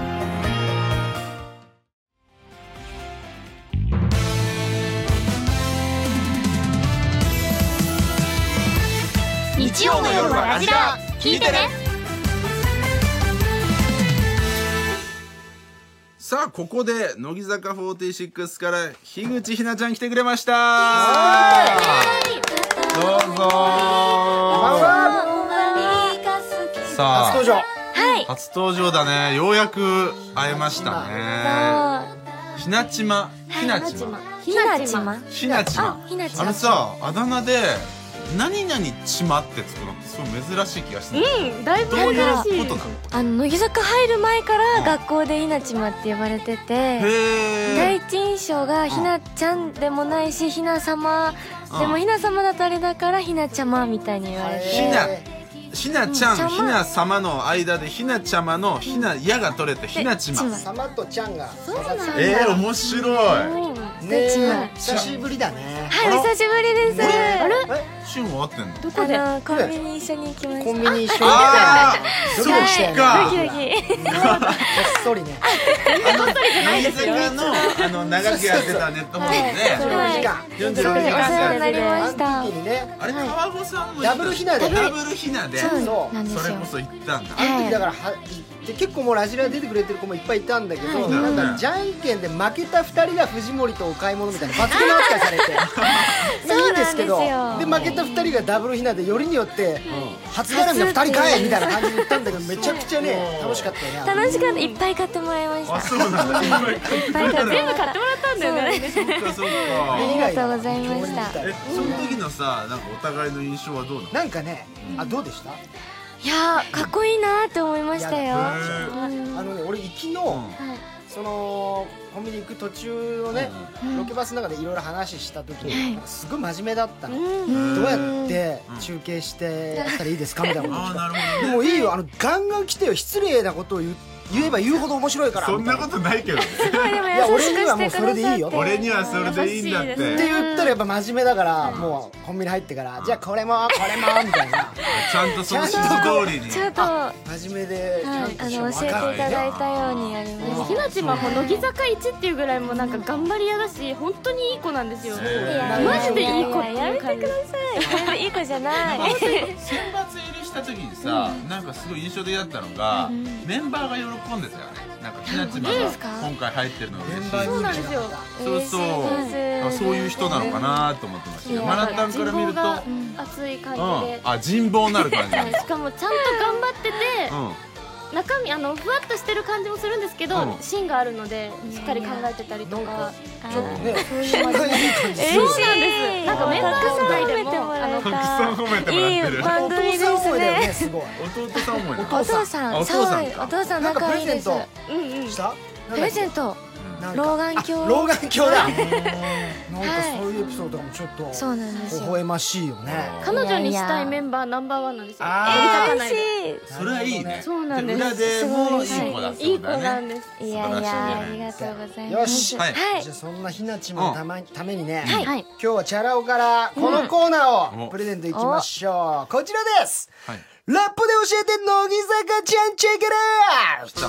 日曜の夜はラジラー聞いてね。 さあここで乃木坂46から樋口ひなちゃん来てくれました。どうぞ。さあ初登場。 初登場だね。ようやく会えましたね。ひなちまひなちま。 ひなちま。 ひなちま。 あれさ、あだ名で何々ちまってつくのってすごい珍しい気がしてる。 だいぶどういう珍しい。 ことなの？ 乃木坂入る前から学校でひなちまって呼ばれてて、 へ第一印象がひなちゃんでもないし、ひな様でもひな様だとあれだからひなちゃまみたいに言われて、 ひなちゃん、ひな様の間でひなちゃまのひなやが取れてひなちま。 様とちゃんがそうなんだ。 面白い。 ね、久しぶりだね。 はい、お久しぶりです。 あれシュンは合ってんの？ どこで？ コンビニ一緒に行きました。 コンビニ一緒にあドキドキしたよね。 かドキドキ。 こっそりね。 乃木坂の長くやってたネットホールで 46 46時お世話にな間りましたあの時にね、 あれ川越さんもダブルひなでダブルひなでそうなんですよ。 それこそ行ったんだ。 あの時だから行って結構もうラジラ出てくれてる子もいっぱいいたんだけど、なんかじゃんけんで負けた2人が藤森とお買い物みたいな罰ゲーム扱いされていいんですけど、で負けた2人がダブルひなでよりによって初絡みの2人かえみたいな感じで言ったんだけど、めちゃくちゃね楽しかったよね。 楽しかった。いっぱい買ってもらいました。 あ、そうなんだ。 いっぱい買って。 全部買ってもらったんだよね。 そっかそっあか。 りがとうございました。 その時のさ、なんかお互いの印象はどうなの？ なんかね、どうでした？ いやー、かっこいいなーって思いましたよ。 へーあのね、俺行きのそのコンビニ行く途中のね、ロケバスの中でいろいろ話した時にすごい真面目だったの。どうやって中継してやったらいいですかみたいなことああ、 聞かなるほどれて、 ね。 もういいよ、ガンガン来てよ、失礼なことを言えば言うほど面白いからそんなことないけどね。 すごいでもいや優しく俺にはもうしてくださって。 それでいいよ俺にはそれでいいんだっ優しいて。 って言ったらやっぱ真面目だから、もうコンビニ入ってからじゃあこれもこれもみたいなちゃんとその指示通りに。 ちょっと、は真面目でちゃんとい、教えていただいたようにやりました。 ひなちまも乃木坂一っていうぐらいもなんか頑張り屋だし、本当にいい子なんですよ。マジでいい子ってやめていう感じ。 ください。いい子じゃない。 選抜入りした時にさ、なんかすごい印象的だったのが、メンバーが喜んでたよね。なんかひなちまが今回入ってるのが嬉しい。 そうなんですよ。 そうそう。あ、そういう人なのかなと思ってましたけど、マナタンから見ると、 熱い感じで。 あ、人望なる感じ。 しかもちゃんと頑張ってて、中身ふわっとしてる感じもするんですけど、芯があるのでしっかり考えてたりとか。 ちょっとねそういう感じ。そうなんです。なんかメンバー内でもたくさん褒めてもらってる。 いい番組ですお父さん思いだよね、 ね。 すごい。 弟さん思いなの。 お父さん、 お父そうさんかお父さんなんかプ仲いいです。 レゼントうんうん。 したプレゼント、 なんか老眼鏡。 老眼鏡だ。なんかそういうエピソードがちょっとそうなんですよ。 微笑ましいよね。 彼女にしたいメンバーナンバー1なんですよ。 あー乃木坂内で。 嬉しそれはいいね。 そうなんです。 裏でもいい子だったいい子んだね。 なんです。 い。いやいや、ありがとうございます。 よし、 はいはいじゃあそんなひなちもためにね、 はい。 今日はチャラ男からこのコーナーうんをプレゼントいきましょう。こちらです。 はい。 ラップで教えて乃木坂ちゃんチェケラ来た。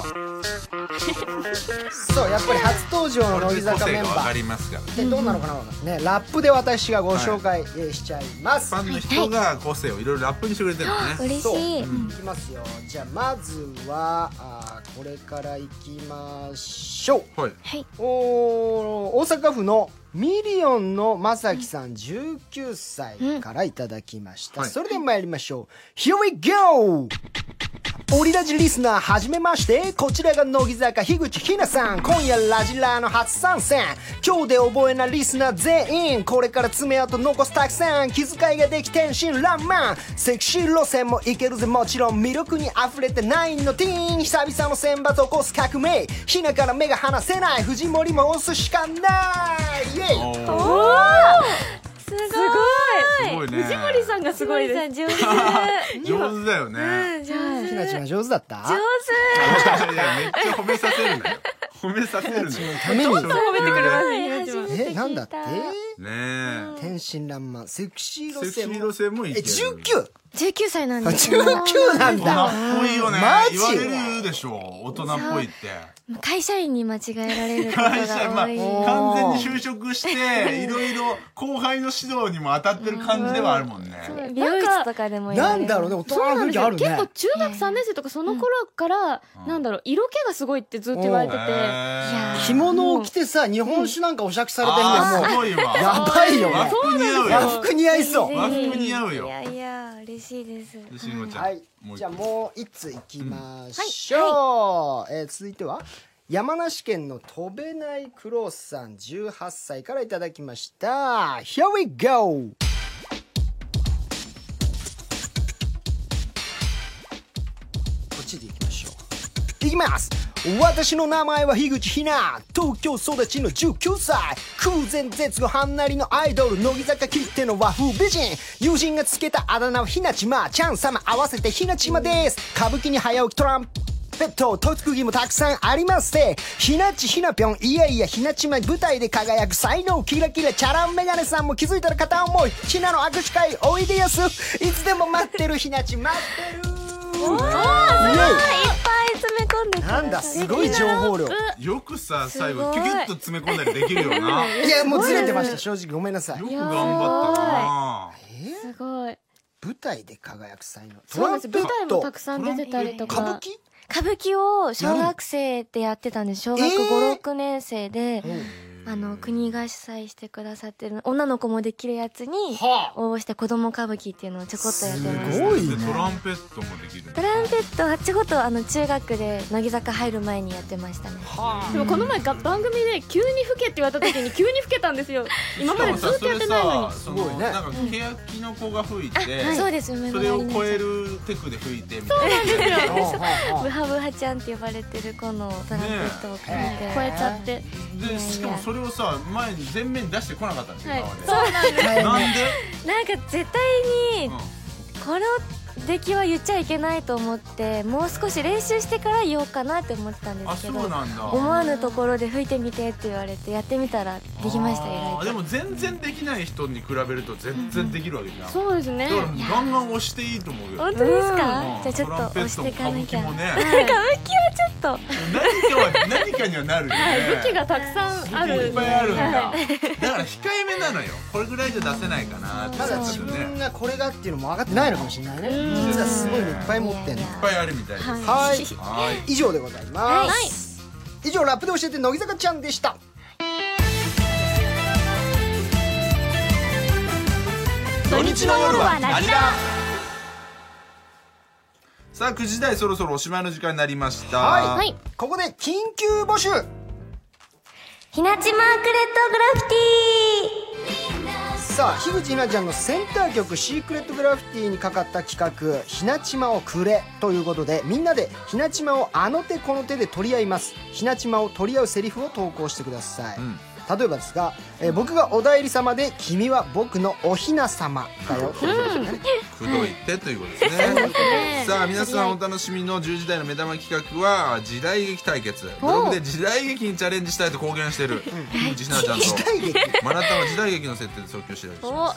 そう、やっぱり初登場の乃木坂メンバわかーりますから。 でどうなのかな、ね、ラップで私がご紹介しちゃいます。 ファンの人が個性をいろいろラップにしてくれてるのね。 そう嬉しい。 いきますよ。じゃあまずはこれからいきましょう。 はい。 はい。 大阪府のミリオンのまさきさん19歳からいただきました、 はいそれでは参りましょう。 Here we go! オリラジリスナーはじめまして、こちらが乃木坂樋口ひなさん。今夜ラジラーの初参戦。今日で覚えなリスナー全員、これから爪痕残すたくさん、気遣いができ天真爛漫、セクシー路線もいけるぜ、もちろん魅力に溢れてナインのティーン、久々の選抜起こす革命、ひなから目が離せない、藤森も押すしかない。イエイ。 おーすごい。 すごいね。 藤森さんがすごいです。 上手。 上手だよね。 上手。 ひなちゃん上手だった？ 上いやめっちゃ褒めさせるなよ。褒めさせるね。 ために褒めてくれますね。 なんだって？ ねえ。 天真爛漫、セクシーセクシー路線も路線もいける。 19？ 19歳なんです 19なん大人だ。 っぽいよね。 マジ言われるでしょ。大人っぽいって。 会社員に間違えられることが会社まあ多い。 完全に就職していろいろ後輩の指導にも当たってる感じではあるもんね。 美容室とかでも言われる。 なんだろうね、大人の雰囲気あるね。 結構中学3年生とかその頃からなんだろう、色気がすごいってずっと言われてて、 着物を着てさ、日本酒なんかお酌されてるあーのもすごいわ。 やばいよね。 和服似合うよ。 和服似合いそう。 和服似合うよい。やいや、嬉しいです。 しんごちゃん。 はい、 もう一じゃあもう一ついきましょう。続いては山梨県の飛べないクロスさん18歳からいただきました。 Here we go。 こっちでいきましょう。いきます。私の名前は樋口ひな、東京育ちの19歳、空前絶後はんなりのアイドル、乃木坂きっての和風美人、友人がつけたあだ名はひなちま、ちゃん様合わせてひなちまです。歌舞伎に早起きトランペット、特技もたくさんありますね。ひなちひなぴょん、いやいやひなちま舞台で輝く才能、キラキラチャランメガネさんも気づいたら片思い、ひなの握手会おいでやす、いつでも待ってるひなち待ってる。 おー、すごい、いっぱい詰め込んでください。 なんだ、すごい情報量。 よくさ最後キュキュッと詰め込んだりできるよな。 いやもうずれてました、正直ごめんなさい。 よく頑張ったな。 すごい。 舞台で輝く才能、 そうなんです。舞台もたくさん出てたりとか。 歌舞伎を小学生でやってたんです。小学5、6年生で、国が主催してくださってる女の子もできるやつに応募して子供歌舞伎っていうのをちょこっとやってました。 すごいね。 トランペットもできる。 トランペットはちょこっと中学で乃木坂入る前にやってましたね。 でもこの前番組で急に吹けって言われた時に急に吹けたんですよ。今までずっとやってないのに。 すごいね。なんか欅の子が吹いて、 そうです。 それを超えるテクで吹いてみたいな。 そうなんですよ。 ブハブハちゃんって呼ばれてる子のトランペットを吹いて超えちゃって。 でしかもそれをさ前に前面に出してこなかったんですよ。 そうなんです。 なんで？ なんか絶対にこの出来は言っちゃいけないと思って、もう少し練習してから言おうかなって思ってたんですけど、思わぬところで吹いてみてって言われてやってみたらできました。意外と。 でも全然できない人に比べると全然できるわけじゃん。 そうですね。 だからガンガン押していいと思うよ。 本当ですか？じゃあちょっと押していかなきゃ。歌舞伎はちょっと何かにはなるよね。 武器がたくさんある。 いっぱいあるんだ。だから控えめなのよ。これぐらいじゃ出せないかなって。 まだ自分がこれがっていうのも分かってないのかもしれないね。実はすごいのいっぱい持ってんの。いっぱいあるみたいです。 はい。以上でございます。以上ラップで教えて乃木坂ちゃんでした。 土日の夜はラジラ。 さあ9時台そろそろおしまいの時間になりました。 はい。ここで緊急募集。 ひなちまクレットグラフィティ。 さあ樋口ひなちゃんのセンター曲シークレットグラフィティにかかった企画ひなちまをくれということで、みんなでひなちまをあの手この手で取り合います。ひなちまを取り合うセリフを投稿してください。例えばですが、僕がおだいり様で君は僕のおひな様だよ。くどいてということですね。さあ皆さんお楽しみの10時台の目玉企画は時代劇対決。ブログで時代劇にチャレンジしたいと公言している樋口ひなちゃんとマナタは時代劇の設定で即興してたりします。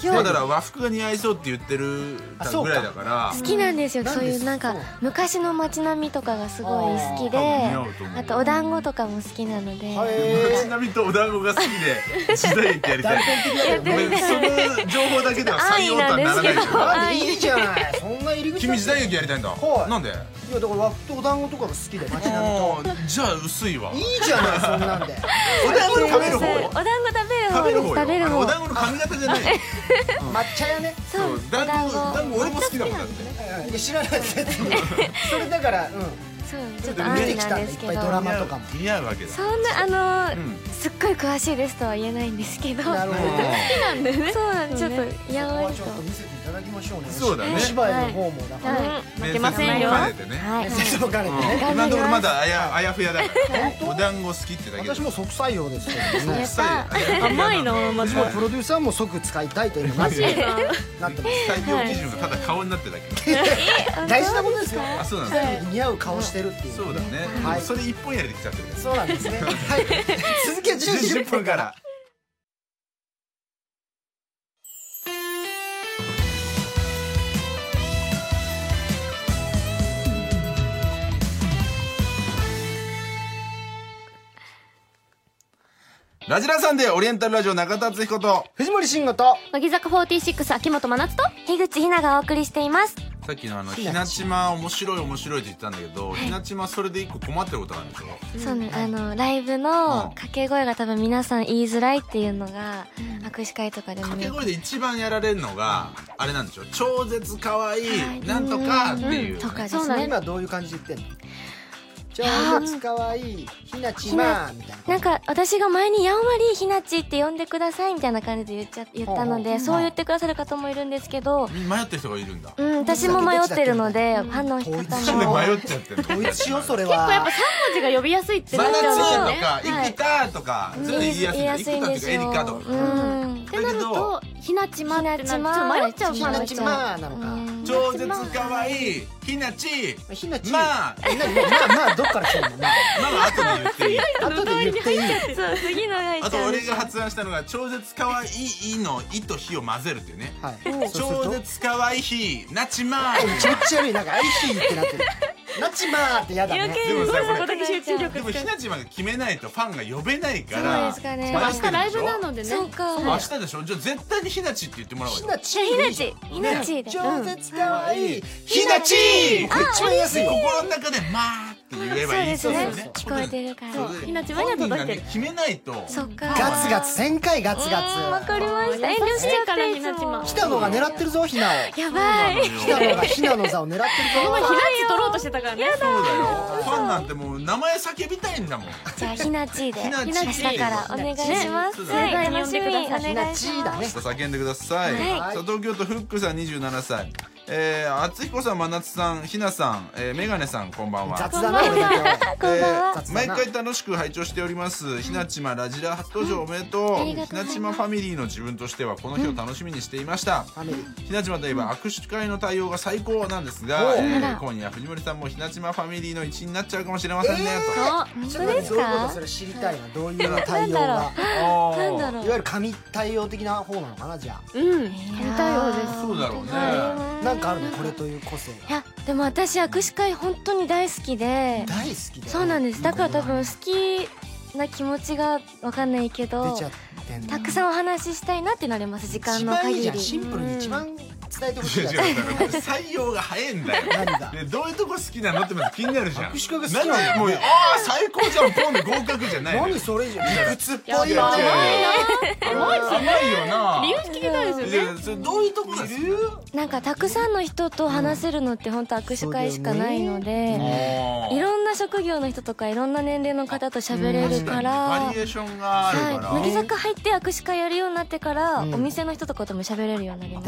だから和服が似合いそうって言ってるぐらいだから好きなんですよ。そういうなんか昔の街並みとかがすごい好きで、あとお団子とかも好きなので、 街並みとお団子が好きで時代劇やりたい。ごめん、その情報だけでは採用とはならないでしょ。 いいじゃない。そんな入り口。 君時代劇やりたいんだ。なんで？いやだから和服とお団子とかが好きで街並みと。 じゃあ薄いわ。 いいじゃないそんなんで。 お団子食べる方？ お団子食べる方。 お団子の髪型じゃない。 抹茶やね。 そう。 団子俺も好きだもんだって。 知らないです。それだからそうちょっと安易なんですけど、 ドラマとかも似合うわけだ。 そんなすっごい詳しいですとは言えないんですけど、 なるほど。 好きなんでね。 そうなんです。ちょっとやわりとちょっと見せていただきましょうね。 そうだね。 お芝居の方もだから負けませんよ。 はい。 今のところまだあやふやだから。お団子好きってだけ。 私も即採用ですけどね。 甘いの私もプロデューサーも即使いたいというマジでなってます。 採用基準がただ顔になってるだけ。 大事なことですよ。 あ、そうなんですね。 似合う顔してるっていう。 そうだね。それ一本やりできちゃってる。 そうなんですね。はい。続きは10時10分から。 ラジラさんでオリエンタルラジオ中田敦彦と藤森慎吾と乃木坂46秋元真夏と樋口ひながお送りしています。 さっきのひなちま面白いって言ってたんだけど、ひなちまそれで一個困ってることがあるんでしょ。 そうね、ライブの掛け声が多分皆さん言いづらいっていうのが握手会とかでも掛け声で一番やられるのがあれなんでしょ。超絶かわいいなんとかっていう。 とかですね。 今どういう感じで言ってんの？ 超絶かわいいひなちまみたいな。 なんか私が前にやんわりひなちって呼んでくださいみたいな感じで言ったので、そう言ってくださる方もいるんですけど、 迷ってる人がいるんだ。 私も迷ってるので、ファンの方も迷っちゃってる。 統一しようそれは。 結構やっぱ3文字が呼びやすいってなっちゃうんですよね。 とか生田とかそれ言いやすいんだ。生田とかエリカとか。 ってなるとひなちまってなるとちょっと迷っちゃう。 ひなちまなのか。 超絶かわいいひなちまあどっから来てるの。まあ後で言っていい。 後で言っていい。 そう次のがあと俺が発案したのが超絶かわいいのいとひを混ぜるっていうね。超絶かわいいひなちまめちゃくちゃ悪い。なんかアイヒーってなってる。なちまーってやだね。 でもさこれ集中力でもひなちまが決めないとファンが呼べないから。 そうですかね。 明日ライブなのでね。 そうか。 明日でしょ。じゃあ絶対にひなちって言ってもらおうよ。 ひなちひなちで超絶かわいいひなち。 一番安い。 心の中でまーって言えばいい。 そうですね。聞こえてるから。 ひなちまには届いてる。 決めないと。 そっか。 ガツガツ1000回ガツガツ。 わかりました。遠慮しちゃからひなちま。 ひなのが狙ってるぞひなを。 やばい。 ひなのがひなの座を狙ってるぞ。 ひなち取ろうとしてたからね。 そうだよ。ファンなんてもう名前叫びたいんだもん。 じゃあひなちで明日からお願いします。 はい、呼んでください。 ひなちだね。 叫んでください。さあ東京都フックさん27歳。厚彦さん、真夏さん、ひなさん、メガネさん、こんばんは。 雑だな俺だけ。 毎回楽しく拝聴しております。ひなちまラジラ初登場おめでとう。ひなちまファミリーの自分としてはこの日を楽しみにしていました。ひなちまといえば握手会の対応が最高なんですが、今夜藤森さんもひなちまファミリーの一員になっちゃうかもしれませんね。 本当ですか？ それ知りたいな。どういう対応が。 なんだろう。 いわゆる神対応的な方なのかなじゃあ。 神対応です。 そうだろうね。 なんかあるのこれという個性が。 いやでも私握手会本当に大好きで。 大好きで。 そうなんです。だから多分好きな気持ちがわかんないけど、たくさんお話ししたいなってなります。時間の限り。 シンプルに一番伝えてほしい。 採用が早いんだよ。 何が？ どういうとこ好きなのってまず気になるじゃん。 握手会が好きなの。 もう最高じゃん。ポンで合格じゃない。 何それじゃ理屈っぽいよ。 甘いよな。 理由聞きたいですよね。 それどういうとこが好き？ なんかたくさんの人と話せるのって本当握手会しかないので、いろんな職業の人とかいろんな年齢の方と喋れるから。 バリエーションがあるから。 乃木坂入って握手会やるようになってからお店の人とかとも喋れるようになりました。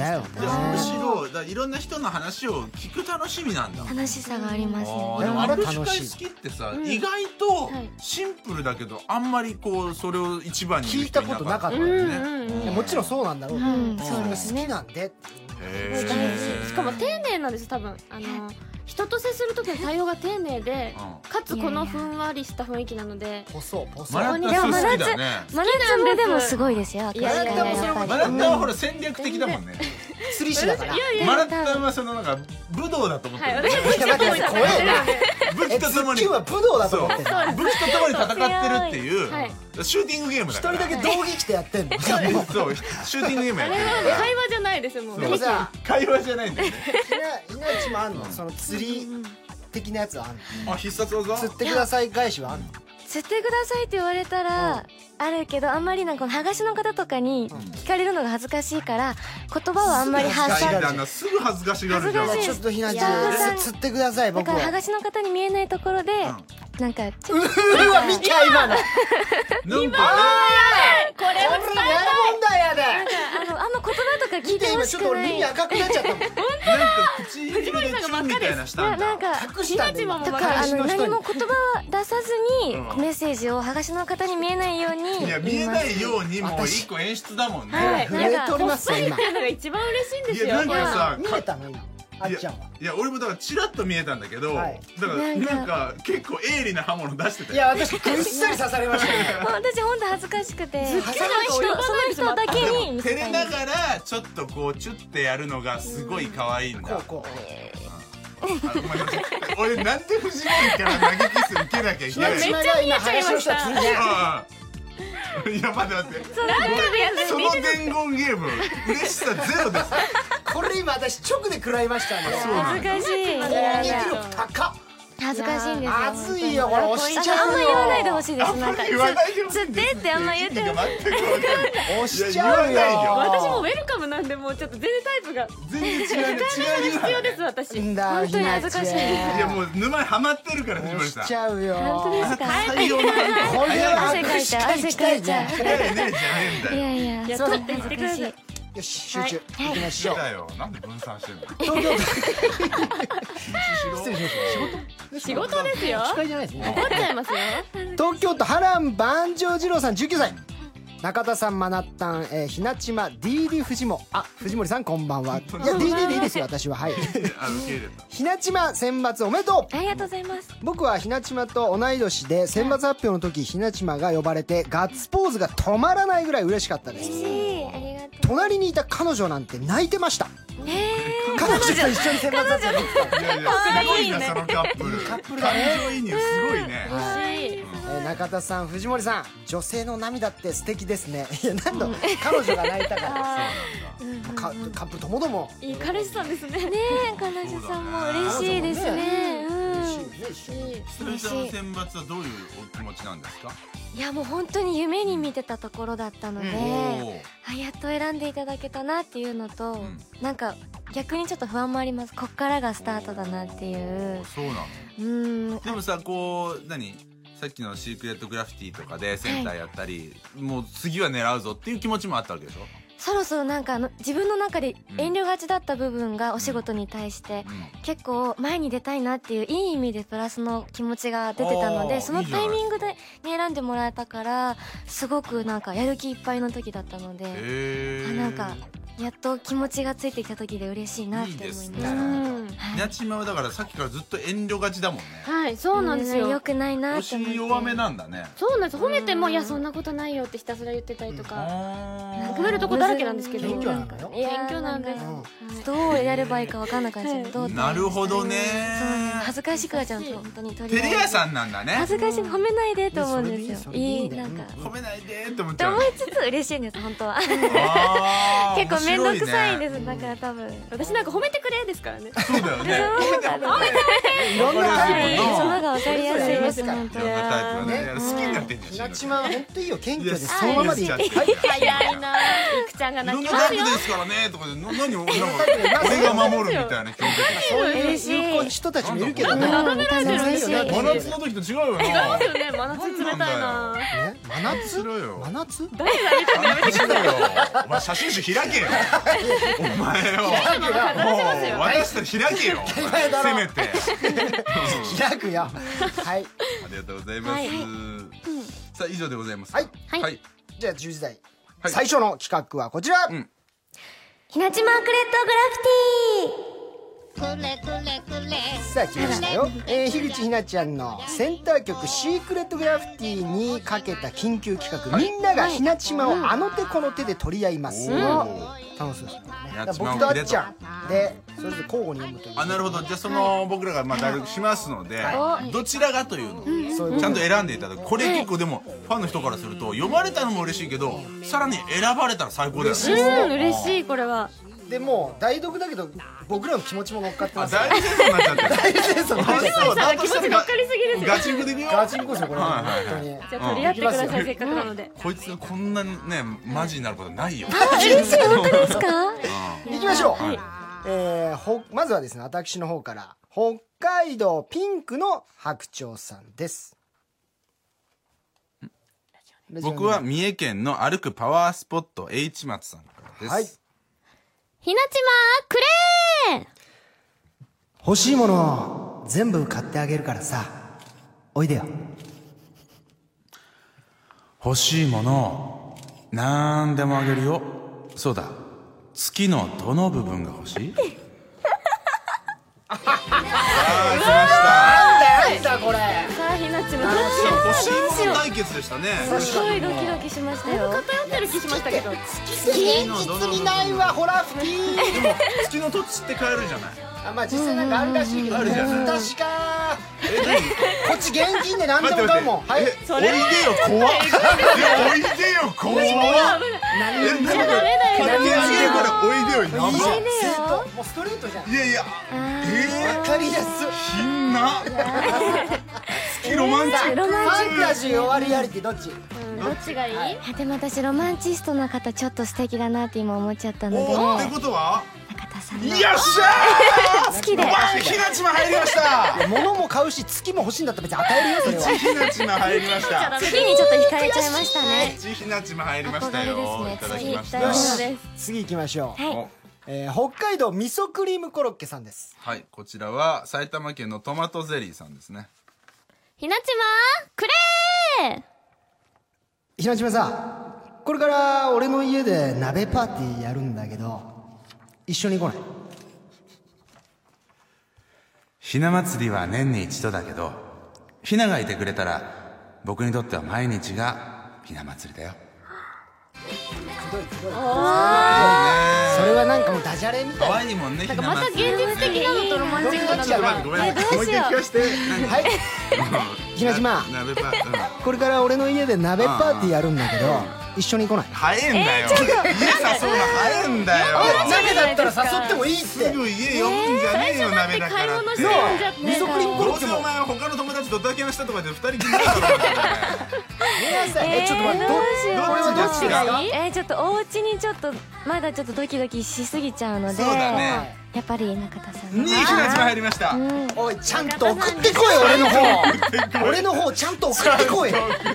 むしろいろんな人の話を聞く楽しみなんだ。 楽しさがありますね。 でも握手会好きってさ、意外とシンプルだけどあんまりこうそれを一番に聞いたことなかったよね。もちろんそうなんだろう。 そうですね。 好きなんで。 しかも丁寧なんです多分。人と接する時の対応が丁寧で、かつこのふんわりした雰囲気なので。 細真夏好きだね。 真夏もでもすごいですよ。 真夏はほら戦略的だもんね。 釣り師だから。 真夏はそのなんか武道だと思ってる。 怖えな。 武器とともには武道だと思ってる。 武器とともに戦ってるっていうシューティングゲームだから。 一人だけ道着着てやってんの。 そうシューティングゲームやってる。 あれは会話じゃないですよもう。 会話じゃないんだよね。 ひなちもあんの？その釣り的なやつはあんの？ 必殺技？ 釣ってください返しはあんの？ 釣ってくださいって言われたらあるけど、あんまりなんか剥がしの方とかに聞かれるのが恥ずかしいから言葉はあんまり発さない。 すぐ恥ずかしがるじゃん。 ちょっとひなち釣ってください。僕はだから剥がしの方に見えないところでなんかうわ見ちゃ今のこれを伝えたい。 やで。 あんま言葉とか聞いてほしちょっとくない。 耳赤くなっちゃったもん。 なんか口でチュンみたいなしたんだ。 なんか隠したんだよ。 とか何も言葉は出さずにメッセージを剥がしの方に見えないように。 いや見えないようにもう一個演出だもんね。 震えておりますよ今。 っていうのが一番嬉しいんですよ。 いやなんかさ見えたの今。あっちゃんは。 いや俺もだからチラッと見えたんだけど、だからなんか結構鋭利な刃物出してた。 いや私ぐっさり刺されましたね。 私本当恥ずかしくて。 その人だけに照れながらちょっとこうチュッてやるのがすごい可愛いんだ。俺なんで藤森から投げキス受けなきゃいけないの？ めっちゃ見えちゃいました。 いや待ってその伝言ゲーム嬉しさゼロです。 これ今私直で食らいましたね。 恥ずかしい。 攻撃力高っ。 恥ずかしいんですよ。 熱いよこれ、押しちゃうよ。 あんま言わないでほしいです。なんか言わないでほしいつってってあんま言ってる。 押しちゃうよ。 私もウェルカムなんで、もうちょっと全然タイプが全然違う必要です私。 んだ本当に恥ずかしい。 いやもう沼にハマってるから藤森さん。 押しちゃうよ。 本当ですか。 採用なんだ。 これは汗かいちゃう、汗かいちゃう。 ねえじゃねえんだいよ。 やいや、 そうだ恥ずかしい。 よし、集中いきましょう。 だよ。なんで分散してんの。 東京失礼しました。 仕事ですよ。 司会じゃないですね。 怒っちゃいますよ。 東京都波乱万丈二郎さん19歳。中田さん、マナッタン、ひなちま DD 藤森、藤森さんこんばんは。いや DD でいいですよ私は。はい。 受け入れた。 ひなちま選抜おめでとう。 ありがとうございます。 僕はひなちまと同い年で、選抜発表の時ひなちまが呼ばれてガッツポーズが止まらないぐらい嬉しかったです。 嬉しい、ありがとう。 隣にいた彼女なんて泣いてました。彼女と一緒に選抜発表できた。 いやいやすごいなそのカップル。 カップルだね。 感情移入すごいね。 中田さん、藤森さん、女性の涙って素敵ですね。いや、なんと彼女が泣いたからカップルともどもいい彼氏さんですね。 ねえ、彼女さんも嬉しいですね。 それちゃんの選抜はどういうお気持ちなんですか。 いや、もう本当に夢に見てたところだったので、やっと選んでいただけたなっていうのと、なんか逆にちょっと不安もあります。こっからがスタートだなっていう。 そうなの。でもさ、こうさっきのシークレットグラフィティとかでセンターやったり、もう次は狙うぞっていう気持ちもあったわけでしょ。 そろそろなんか自分の中で遠慮がちだった部分がお仕事に対して結構前に出たいなっていういい意味でプラスの気持ちが出てたので、そのタイミングで選んでもらえたからすごくなんかやる気いっぱいの時だったので、なんかやっと気持ちがついてきた時で嬉しいなって思いました。 ひなちまはだからさっきからずっと遠慮がちだもんね。 はい、そうなんですよ。 良くないなって思って。 腰弱めなんだね。 そうなんです。褒めてもいやそんなことないよってひたすら言ってたりとか、褒めるとこだらけなんですけど。 謙虚なんだよ。 謙虚なんです。 どうやればいいか分かんなくなっちゃう。 なるほどね。 恥ずかしくなっちゃうと本当にテレ屋さんなんだね。 恥ずかしい、褒めないでと思うんですよ。なんか褒めないでって思っちゃう。 思いつつ嬉しいんです本当は。結構面倒くさいんです。だから多分私なんか褒めてくれですからね。 そうだよね。 いろんなタイプそのが分かりやすいです本当。 いろんなタイプがね。好きになってんじゃん。 ひなちまは本当いいよ、謙虚です。そのままでいい。 早いな。いくちゃんが泣きますよ。 ですからねとかで何を俺が守るみたいな表現。 そういう有効人たちもいるけどね。 なだめられてるんですよ。 真夏の時と違うよな。 違いますよね。真夏冷たいな。 真夏？真夏？ 誰が見たのやめてください。 お前写真集開けよ。お前よ。私たち開けよ。せめて。 開くよ。はい。 ありがとうございます。さあ以上でございます。 はい。じゃあ10時台最初の企画はこちら。 ひなちまクレットグラフィティ。 さあ来ましたよ。樋口ひなちゃんのセンター曲シークレットグラフィティにかけた緊急企画、みんながひなちまをあの手この手で取り合います。楽しそうですね。僕とあっちゃんでそれぞれ交互に読むという。 なるほど。じゃあその僕らが代読しますので、どちらがというのをちゃんと選んでいただく。これ結構でもファンの人からすると読まれたのも嬉しいけど、さらに選ばれたら最高だよね。 嬉しいこれは。 でも代読だけど僕らの気持ちも乗っかってます。 大戦争になっちゃってる。 大戦争になっちゃってる。 だ気持ち乗っかりすぎですよ。 ガチンコでいくよ。 ガチンコですよこれ。本当に。 じゃあ取り合ってくださいせっかくなので。 こいつがこんなねマジになることないよ。 嬉しい、本当ですか。 行きましょう。まずはですね、私の方から北海道ピンクの白鳥さんです。 僕は三重県の歩くパワースポット H 松さんからです。 ひなちまくれー。 欲しいもの全部買ってあげるからさ、おいでよ。 欲しいものなんでもあげるよ。そうだ、月のどの部分が欲しい？ああ、来ました。 なんだこれ。 さあひなちま欲しいもの対決でしたね。 すごいドキドキしましたよ。 偏ってる気しましたけど。 現実にないわ、ホラ吹き。 でも月の土地って買えるじゃない。 まあ実際なんかあるらしいけど。 あるじゃない。 確か。こっち現金で何でも買うもん。はい。 おいでよ怖っ。おいでよ怖っ。 何ダメだよ勝手にあげるからおいでよになんぼいいじゃん正当もうストレートじゃん。 いやいやわかりやすい。 ひんな好きロマンチックロマンチッファンタジー終わりリアリティどっち？ どっちがいい？ ク。でも私ロマンチストな方ちょっと素敵だなって今思っちゃったので、 おってことは中田さんのよっしゃ好きで。 ーひなちま入りました物も買うし月も欲しいんだったら別に与えるよそれは。 ひなちま入りました次にちょっと惹かれちゃいましたね。 ひなちま入りましたよ憧れですねいただきました次よしです次行きましょう。 はい。 北海道味噌クリームコロッケさんです。 はいこちらは埼玉県のトマトゼリーさんですねひなちまくれー。 ひなちまさん、これから俺の家で鍋パーティーやるんだけど一緒に来ない？ ひな祭りは年に一度だけどひながいてくれたら僕にとっては毎日がひな祭りだよそれはなんかもうダジャレみたいな。 可愛いもんねなんかまた現実的なのとロマンチックなのがごめんどうしようもう一回聞かせてはいひなちま、 鍋パこれから俺の家で鍋パーティーやるんだけど一緒に来ない？ 早えんだよ家誘うの早えんだよ鍋だったら誘ってもいいって。 すぐ家呼ぶんじゃねえよ鍋だからって買い物してるんじゃって味噌クリームコロどうせッケもお前は他の友達とドタキャンしたとかで二人きりになるだろうがちょっと待って、 どうしよう。 これはどっちですか？ ちょっとお家にちょっとまだちょっとドキドキしすぎちゃうので、 そうだねやっぱり中田さんのにひなちま入りましたおいちゃんと送ってこい俺の方俺の方ちゃんと送ってこい。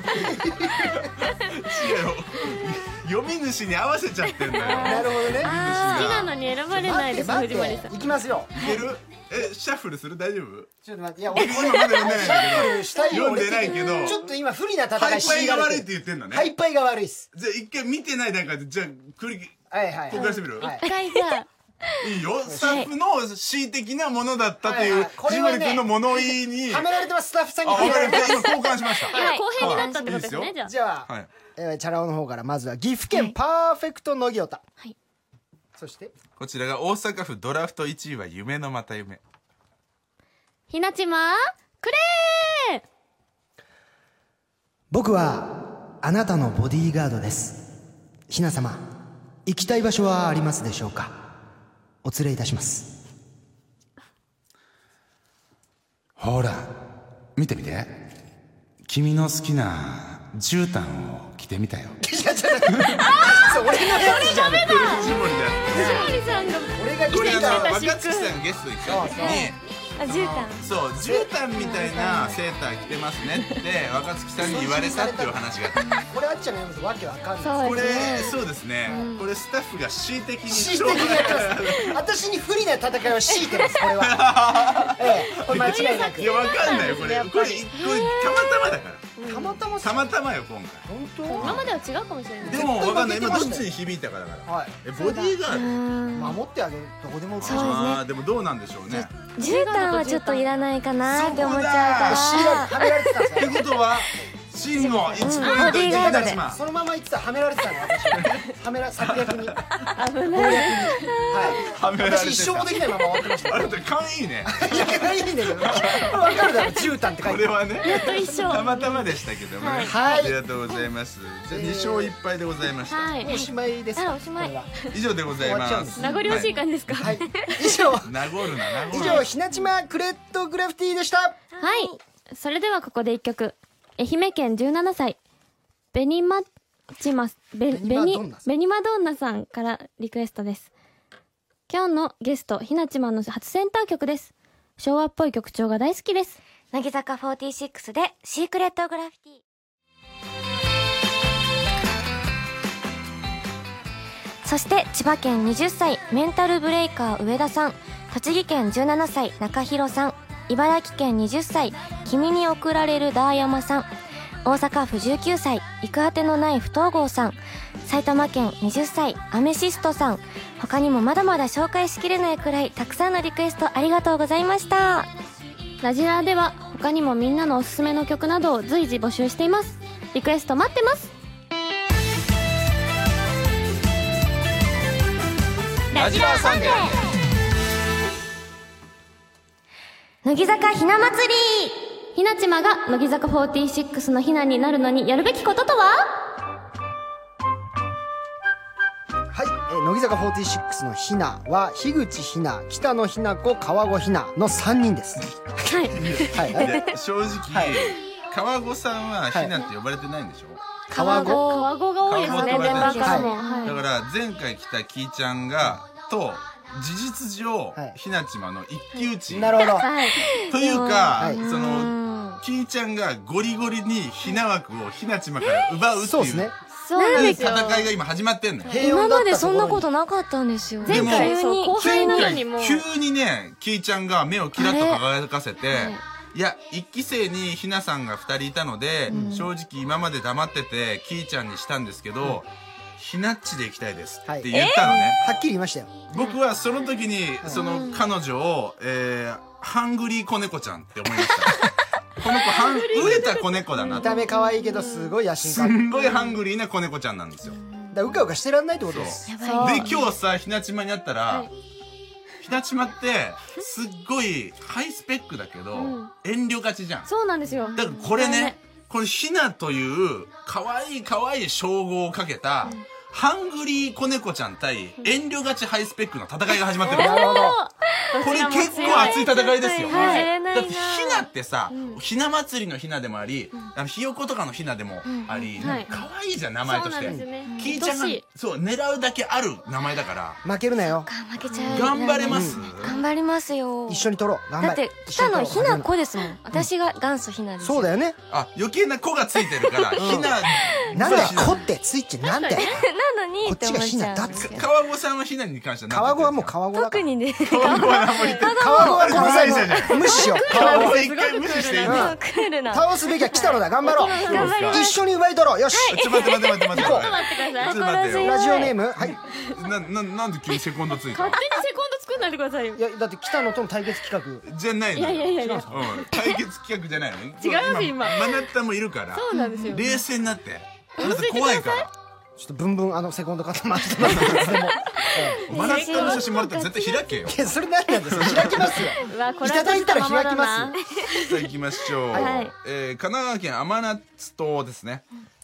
読み主に合わせちゃってんだよなるほどね。 好きなのに選ばれないです待って藤森さん。 いきますよ。 いけるシャッフルする大丈夫ちょっと待って、いや俺今まだ読んでないんだけどしたいよ。 読んでないけどちょっと今不利な戦ハイいパイが悪いって強いられてる。 言ってんのねハイパイが悪いっす。 じゃあ一回見てない段階でじゃあはいはい公開してみるはい一回じゃあいいよスタッフの恣意的なものだったというはいはいこれ藤はね森君の物言いにはめられてます。スタッフさんにあはめられてます。 今交換しました今公平になったってことですはいねじゃあ。 じゃあ、 はいチャラ男の方からまずは岐阜県パーフェクト乃木オタ、 はいそしてこちらが大阪府ドラフト1位は夢のまた夢ひなちまくれー。 僕はあなたのボディーガードです。ひな様、行きたい場所はありますでしょうか？お連れいたします。 ほら見てみて君の好きな絨毯を着てみたよいやちょっと俺のやつじゃん。 藤森だ藤森さんが俺がこれ着てた若槻さんゲストに来た時に絨毯。 そう絨毯みたいなセーター着てますねって若槻さんに言われたっていう話があったこれあっちゃんが読むとわけわかんない。 そうこれですね。 そうですねこれスタッフが恣意的に恣意的にやってます。私に不利な戦いを強いてますこれは。これ間違いなく。 いやわかんないよこれたまたまだからたまたまたまたまよ今回本当？ 今までは違うかもしれない。 でもわかんない今どっちに響いたかだからはい。 ボディーガード守ってあげるどこでも受けそうですねあーでもどうなんでしょうね絨毯はちょっといらないかなって思っちゃう強いられはめられてたんですってよ。 ことは真の1ポイントボディーガードでひなちそのまま言ってたらはめられてたの私。はめら先役に。 危ない。 はい。 はめられてた私一生もできないまま終わってました。 あなた勘いいねいやいいんだけど。わかるだろ絨毯って書いてある。 これはねと一緒たまたまでしたけどもねはいありがとうございますじゃあ2勝1敗でございましたはいおしまいですか。 おしまいこれは以上でございま終わっちゃうんですす名残惜しい感じですか。 はい。以上名残るな名残る以上ひなちまクレットグラフィティでした。 はい。それではここで一曲。愛媛県17歳。ベニマドンナさんからリクエストです。今日のゲスト、ひなちまの初センター曲です。昭和っぽい曲調が大好きです。 乃木坂46でシークレットグラフィティ。そして千葉県20歳メンタルブレイカー上田さん、栃木県17歳中広さん、茨城県20歳君に贈られるダーヤマさん、大阪府19歳行く当てのない不統合さん、埼玉県20歳アメシストさん、他にもまだまだ紹介しきれないくらいたくさんのリクエストありがとうございました。 ラジラーでは他にもみんなのおすすめの曲などを随時募集しています。リクエスト待ってます。 ラジラーサンデー乃木坂ひな祭り。 ひなちまが乃木坂46のひなになるのにやるべきこととは？ 乃木坂46のひなは樋口ひな、北野ひな子、川越ひなの3人ですはいはいで正直、川越さんはひなって呼ばれてないんでしょ。 川越が多いですね、メンバーからも。 だから前回来たきーちゃんがと事実上、ひなちまの一騎打ち。 なるほど。 というか、そのきーちゃんがゴリゴリにひな枠をひなちまから奪うっていう戦いが今始まってんのよ。 今までそんなことなかったんですよ。 でも前回後輩なのにも急にね、きーちゃんが目をキラッと輝かせて、いや、一期生にひなさんが2人いたので、正直今まで黙っててきーちゃんにしたんですけど、ひなっちで行きたいですって言ったのね。 はっきり言いましたよ。 僕はその時にその彼女を、ハングリー子猫ちゃんって思いました。この子飢えた子猫だなと。 見た目可愛いけどすごい野心家。 すんごいハングリーな子猫ちゃんなんですよ。 だうかうかしてらんないってことです。 で今日さ、ひなちまに会ったら、ひなちまってすっごいハイスペックだけど、遠慮がちじゃん。 そうなんですよ。 だからこれね、これひなという可愛い称号をかけた、ハングリー子猫ちゃん対遠慮がちハイスペックの戦いが始まってる。 なるほど。 これ結構熱い戦いですよ。だはいってひなってさ、ひな祭りのひなでもあり、ひよことかのひなでもあり、可愛いじゃん名前として。きーちゃんがそう狙うだけある名前だから。 負けるなよ。 負けちゃう。 頑張れます。 頑張りますよ。 一緒に取ろう。頑張だって北野ひな子ですもん。私が元祖ひなです。 そうだよね。 あ、余計な子がついてるからひな。 なんで子ってついちゃなんで。 なのにって思っちゃう。 川越さんはひなに関しては川越はもう川越だから。 特にね。 川越は何も言ってない。 川越はこの際無視しよう。 川越一回無視していい。 クールな。 倒すべきは北野だ。頑張ろう。一緒に奪い取ろう。よし。 ちょっと待って。 ちょっと待ってください。 ラジオネームはい。 なんで急にセコンドついた。 勝手にセコンド作んないでくださいよ。 いやだって北野との対決企画じゃないの。 いや。 対決企画じゃないの。 違います今。 マナッタもいるから。 そうなんですよ。 冷静になって。だって怖いから。 ちょっとブンブンセコンド肩回してますけどでもマナッタの写真もらったら絶対開けよ。 いやそれ何なんですか。開きますよ。いただいたら開きます。 さあ行きましょう。神奈川県甘夏島ですね。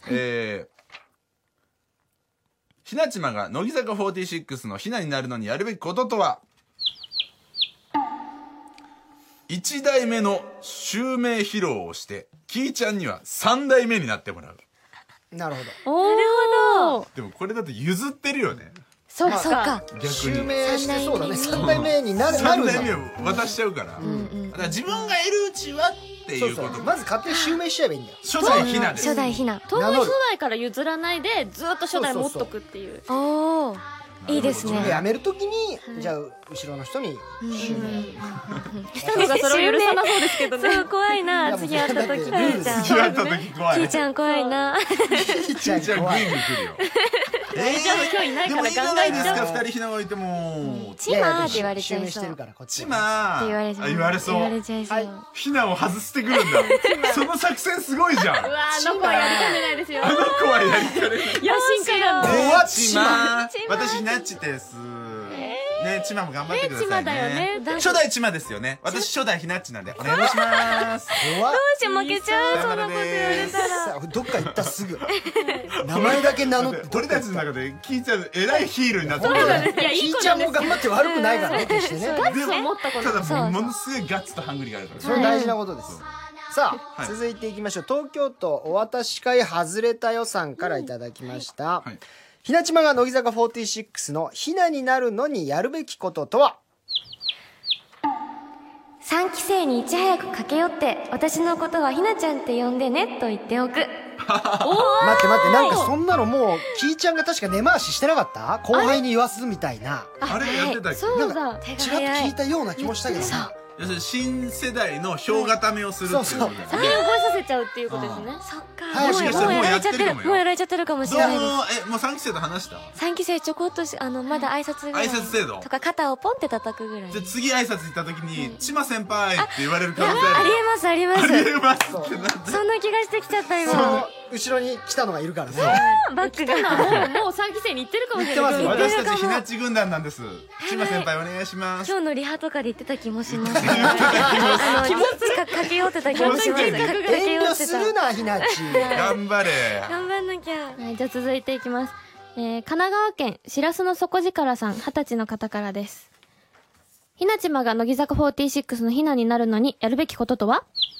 ひなちまが乃木坂46のひなになるのにやるべきこととは。1代目の襲名披露をしてきーちゃんには3代目になってもらう。 なるほど。 なるほど。 でもこれだと譲ってるよね。 そっか。 逆に襲名してそうだね。3代目になるんだ。 3代目を渡しちゃうから。だから自分がいるうちはっていうこと。 まず勝手に襲名しちゃえばいいんだよ。 初代ひなです。 初代ひな。 当然初代から譲らないでずっと初代持っとくっていう。 おお。いいですね。 やめるときにじゃあ後ろの人に襲名。 北野がそれを許さなそうですけどね。 そう怖いな。次会った時きーちゃん。 次会った時怖い。 きーちゃん怖いな。 きーちゃん怖い。 グイグイ来るよ。 じゃあ今日いないから考えですか。2人ひながいてもチマって言われちゃいそう。 チマって言われそう。ひなを外してくるんだ。その作戦すごいじゃん。 うわあの子はやりかねないですよ。 あの子はやりかねない。 野心家なんで。 チマ。私ひなっちです。ね、チマも頑張ってくださいね。初代チマですよね。私初代ひなっちなんでお願いします。 どうし負けちゃう。そんなこと言われたら。 どっか行ったすぐ。名前だけ名乗って。 俺たちの中でキーちゃんえらいヒールになってる。 いやキーちゃんも頑張って悪くないからね。決してね。 ガッツを持ったこと。 ただものすごいガッツとハングリーがあるから。 それ大事なことです。さあ続いていきましょう。東京都お渡し会外れたよさんからいただきました。ひなちまが乃木坂46のひなになるのにやるべきこととは。 3期生にいち早く駆け寄って私のことはひなちゃんって呼んでねと言っておく。 待ってなんかそんなのもうきーちゃんが確か根回ししてなかった。後輩に言わすみたいな。 あれやってたっけ。 そうだ。 ちらっと聞いたような気もしたけどさ。 要するに新世代の票固めをするっていう。 先に覚えさせちゃうっていうことですね。 そっか。 もしかしたらもうやってるかもよ。 もうやられちゃってるかもしれないです。 もう3期生と話した ？3期生ちょこっとまだ挨拶ぐらい。 挨拶程度とか肩をポンって叩くぐらい。 じゃあ次挨拶行った時にチマ先輩って言われる可能性ありえますあります。 ありえますってなって。 そんな気がしてきちゃった今。 後ろに来たのがいるからね。 バックがもう3期生に行ってるかもしれない。 私たちひなっち軍団なんです。チマ先輩お願いします。 今日のリハとかで言ってた気もします。駆け寄ってた気もします。 遠慮するなひなっち。 頑張れ。 頑張んなきゃ。 じゃあ続いていきます。 神奈川県白洲の底力さん、20歳の方からです。ひなちまが乃木坂46のひなになるのにやるべきこととは？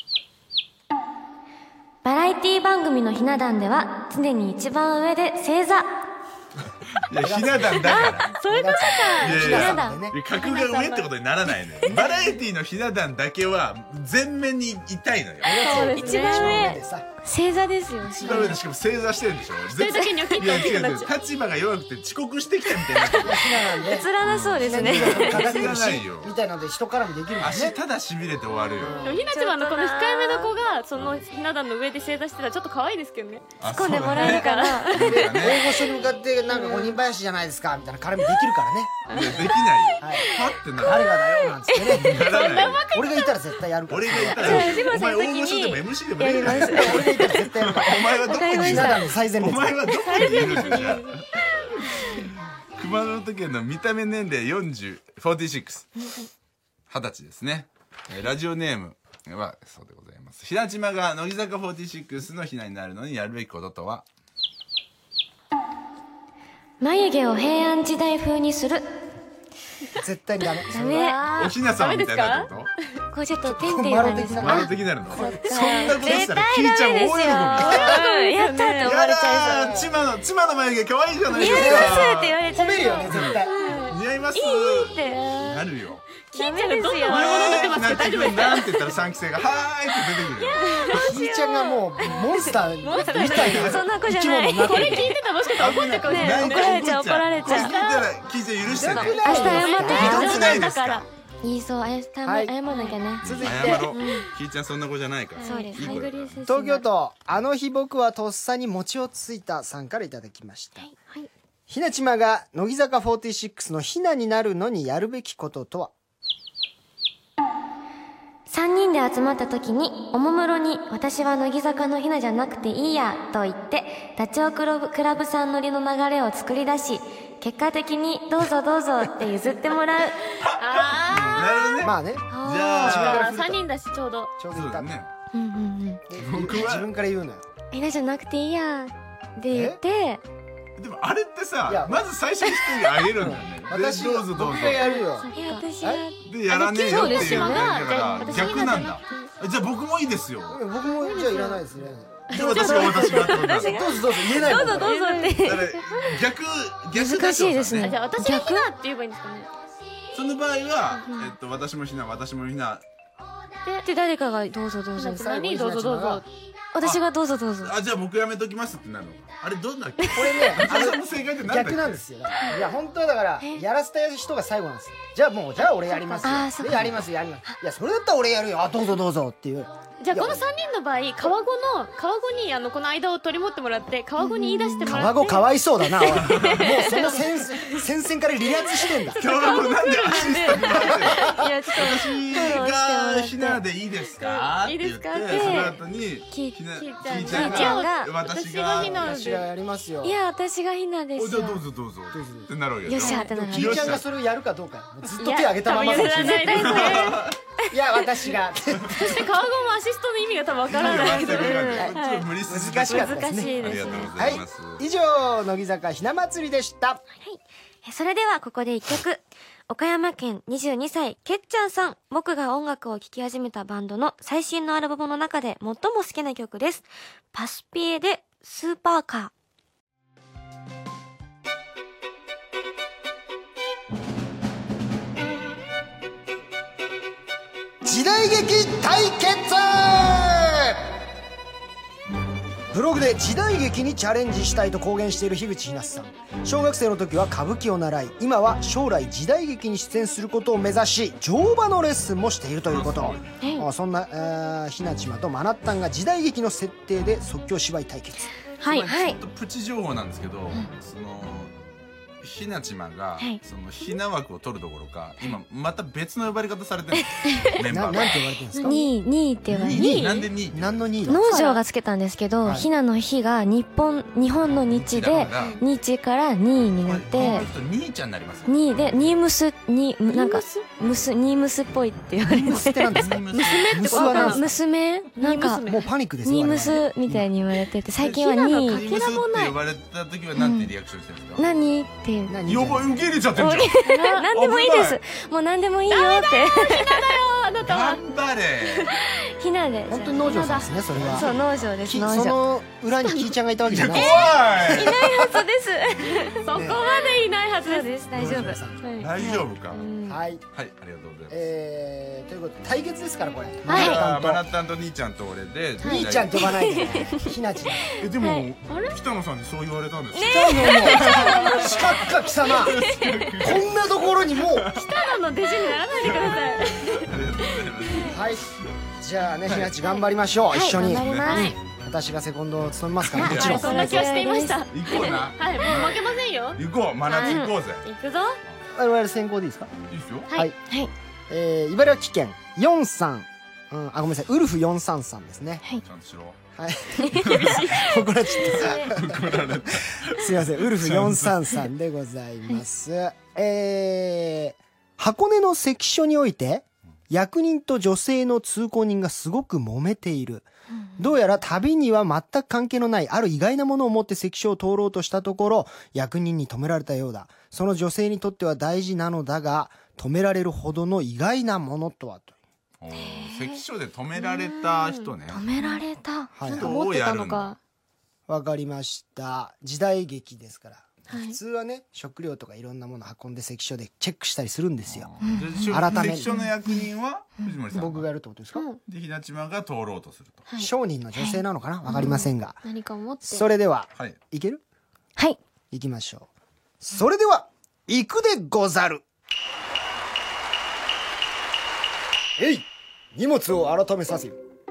バラエティ番組のひな壇では常に一番上で正座。 いや、ひな壇だから。 そういうことか。 ひな壇ね。格が上ってことにならないのよ。バラエティのひな壇だけは全面にいたいのよ。 一番上正座ですよ。 一番上でしかも正座してるんでしょ。 そういう時に起きた時になっちゃう。 立場が弱くて遅刻してきたみたいになってる。 映らなそうですね。 映らないよ。 みたいなので人絡みできるもんね。 足ただしびれて終わるよ。 でもひなちまのこの控えめな子がそのひな壇の上で正座してたらちょっっと可愛いですけどね。 突っ込んでもらえるから。 大御所に向かってなんか五人林じゃないですかみたいな絡みできるからね。 できない。はってなる。 誰がだよなんつってね。俺がいたら絶対やるから。 俺がいたら。お前大御所でも MC でもやります。俺がいたら絶対やるから。お前はどこにいるの？お前はどこにいるの？じゃあ。熊本県の見た目年齢46、20歳ですね。ラジオネームはそうでございます。ひなちまが乃木坂46のひなになるのにやるべきこととは？ 眉毛を平安時代風にする。 絶対にダメ。 ダメ。 おひなさんみたいなこと？ こうちょっと点々なんです。 マロ的になるの？そんなことしたらキイちゃん大喜び。 やったって思われちゃいそう。 妻の眉毛可愛いじゃないですか。 似合いますって言われちゃう。 褒めるよね絶対。 似合います。 いいってなるよ。 キイちゃんがどんどん悪者出てますけど大丈夫ですか？ なんて言ったら3期生がはーいって出てくるよ。 キイちゃんがもうモンスターみたいな。 そんな子じゃない。 これ聞いてたらもしかしたら怒ってくる。 怒られちゃう怒られちゃう。 聞いたらキイちゃん許してね。 明日謝ってひどくないですか？ いいそう謝らなきゃね。 続いて謝ろう。キイちゃんそんな子じゃないから。 そうです。 東京都あの日僕はとっさに餅をついたさんからいただきました。ひなちまが乃木坂46のひなになるのにやるべきこととは ？3人で集まった時におもむろに私は乃木坂のひなじゃなくていいやと言ってダチョウ倶楽部さん乗りの流れを作り出し、結果的にどうぞどうぞって譲ってもらう。 なるほどね。 まあね。 じゃあ 3人だしちょうど言ったね。 僕は自分から言うのよ。 ひなじゃなくていいやって言って。 でもあれってさ、まず最初に一人あげるんだよね。 私どうぞどうぞ。 僕がやるよ。 でやらねえよっていうだから逆なんだ。じゃあ僕もいいですよ。 僕もじゃあいらないですね。 じゃあ私がってことなんだ。 どうぞどうぞ言えないもん。 どうぞどうぞって。 逆難しいですね。 じゃあ私がひなって言えばいいんですかね。 その場合は私もひな私もひなで誰かがどうぞどうぞ。 何どうぞどうぞ。 私がどうぞどうぞ。 じゃあ僕やめときますってなるの。あれどんだっけ？ これね、 正解って何だっけ？ 逆なんですよ。いや本当はだからやらせた人が最後なんですよ。じゃあ俺やりますよ。やります。いやそれだったら俺やるよ。どうぞどうぞっていう。 じゃあこの3人の場合川越にこの間を取り持ってもらって川越に言い出してもらって。 川越かわいそうだな。もうその戦線から離脱してんだ。 川越なんでアシスタントなんで。 いやちょっと私がひなでいいですか？ いいですか？ ってその後にきいちゃんが私がひな私がやりますよ。 いや私がひなですじゃあどうぞどうぞってなるわけ。 よっしゃってなる。 きいちゃんがそれをやるかどうか。ずっと手挙げたまま。 絶対それ。 いや私が。 そして川越もアシストの意味が多分わからない。 難しかったですね。 ありがとうございます。 以上乃木坂ひな祭りでした。 それではここで一曲。岡山県22歳けっちゃんさん、僕が音楽を聴き始めたバンドの最新のアルバムの中で最も好きな曲です。パスピエでスーパーカー。 時代劇対決。ブログで時代劇にチャレンジしたいと公言している樋口日奈さん。小学生の時は歌舞伎を習い、今は将来時代劇に出演することを目指し乗馬のレッスンもしているということ。そんなひなちまとマナッタンが時代劇の設定で即興芝居対決。 ちょっとプチ情報なんですけど、そのひなちまが、 はい、 そのひな枠を取るどころか今また別の呼ばれ方されてるメンバーなんて言われてるんですか。 2位って言われて、 なんで2位何の2位だ。 農場がつけたんですけど、ひなの日が日本の日で日から2位になって 2位ちゃんになります。 2位でニームスになんかニームスっぽいって言われて、 ニームスって何ですか。娘ってことは娘なんかもうパニックですよ。 ニームスみたいに言われてて、最近は2位。 ニームスって呼ばれた時はなんてリアクションしてるんですか。 何っていう。 やばい、受け入れちゃってんじゃん。 何でもいいです。もう何でもいいよって。 あなたは頑張れ。 ひなで。 本当に農場さんですね、それは。 そう、農場です。農場。 その裏にキーちゃんがいたわけじゃない。 いないはずです。 そこまでいないはずです。大丈夫。 大丈夫か。 はい。 はい、ありがとうございます。 ということで対決ですからこれ。 はい。 マナッタンと兄ちゃんと俺で。 兄ちゃんって呼ばないで。ひなちゃん。 でも北野さんにそう言われたんですよ。 四角か貴様。こんなところにもう。 北野の弟子にならないでください。 はい。じゃあね、ひなち頑張りましょう。一緒に。 頑張ります。 私がセコンドを務めますから、もちろん。 そんな気はしていました。 行こうな。 はい、もう負けませんよ。 行こう、真夏行こうぜ。 行くぞ。 我々先行でいいですか。 いいですよ。 はい。 はい。 茨城県43。ごめんなさい、ウルフ433ですね。 ちゃんとしろ。 はい。怒られちゃった。 怒られた。 すいません、ウルフ433でございます。箱根の関所において、役人と女性の通行人がすごく揉めている。どうやら旅には全く関係のないある意外なものを持って関所を通ろうとしたところ、役人に止められたようだ。その女性にとっては大事なのだが、止められるほどの意外なものとはと。 関所で止められた人ね。 止められた。 はい、 なんか持ってたのか。 わかりました。時代劇ですから。普通はね、食料とかいろんなもの運んで関所でチェックしたりするんですよ。改め関所の役人は藤森さん。 僕がやるってことですか。 で、ひなちまが通ろうとすると。 商人の女性なのかな、わかりませんが。 何か思って。 それでは、いける？ はい。 行きましょう。それでは、行くでござる。えい、荷物を改めさせよ。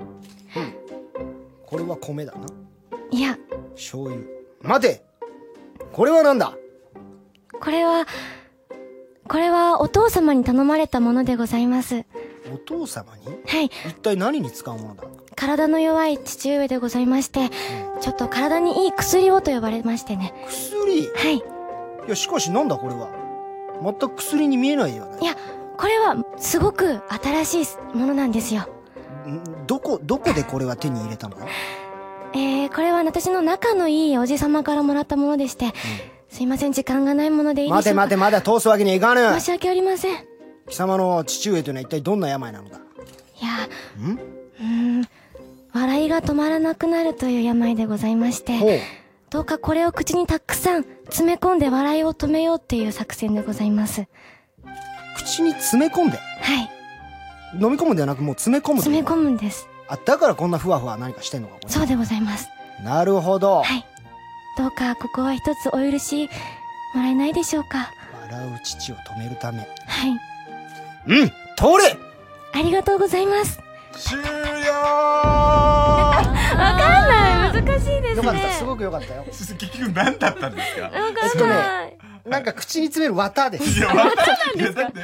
これは米だな。 いや、 醤油。待て。これはなんだ。 これはお父様に頼まれたものでございます。 お父様に？ はい。 一体何に使うものだ。 体の弱い父上でございまして、ちょっと体にいい薬をと呼ばれましてね。 薬？ はい。 いや、しかしなんだこれは。全く薬に見えないよね。 いや、これはすごく新しいものなんですよ。 どこでこれは手に入れたの？ これは私の仲のいいおじさまからもらったものでして、すいません、時間がないものでいいでしょうか。 待て、まだ通すわけにはいかぬ。 申し訳ありません。 貴様の父上というのは一体どんな病なのだ。 いや、笑いが止まらなくなるという病でございまして、どうかこれを口にたくさん詰め込んで笑いを止めようっていう作戦でございます。 口に詰め込んで？ はい。 飲み込むんではなくもう詰め込む。 詰め込むんです。 あ、だからこんなふわふわ何かしてんのか。 そうでございます。 なるほど。 はい。どうかここは一つお許しもらえないでしょうか。 笑う父を止めるため。 はい。 通れ。 ありがとうございます。 終了。 わかんない。難しいですね。 よかった。すごくよかったよ。 結局何だったんですか。 わかんない。 なんか口に詰める綿です。 いや、綿なんですか。いや、だって、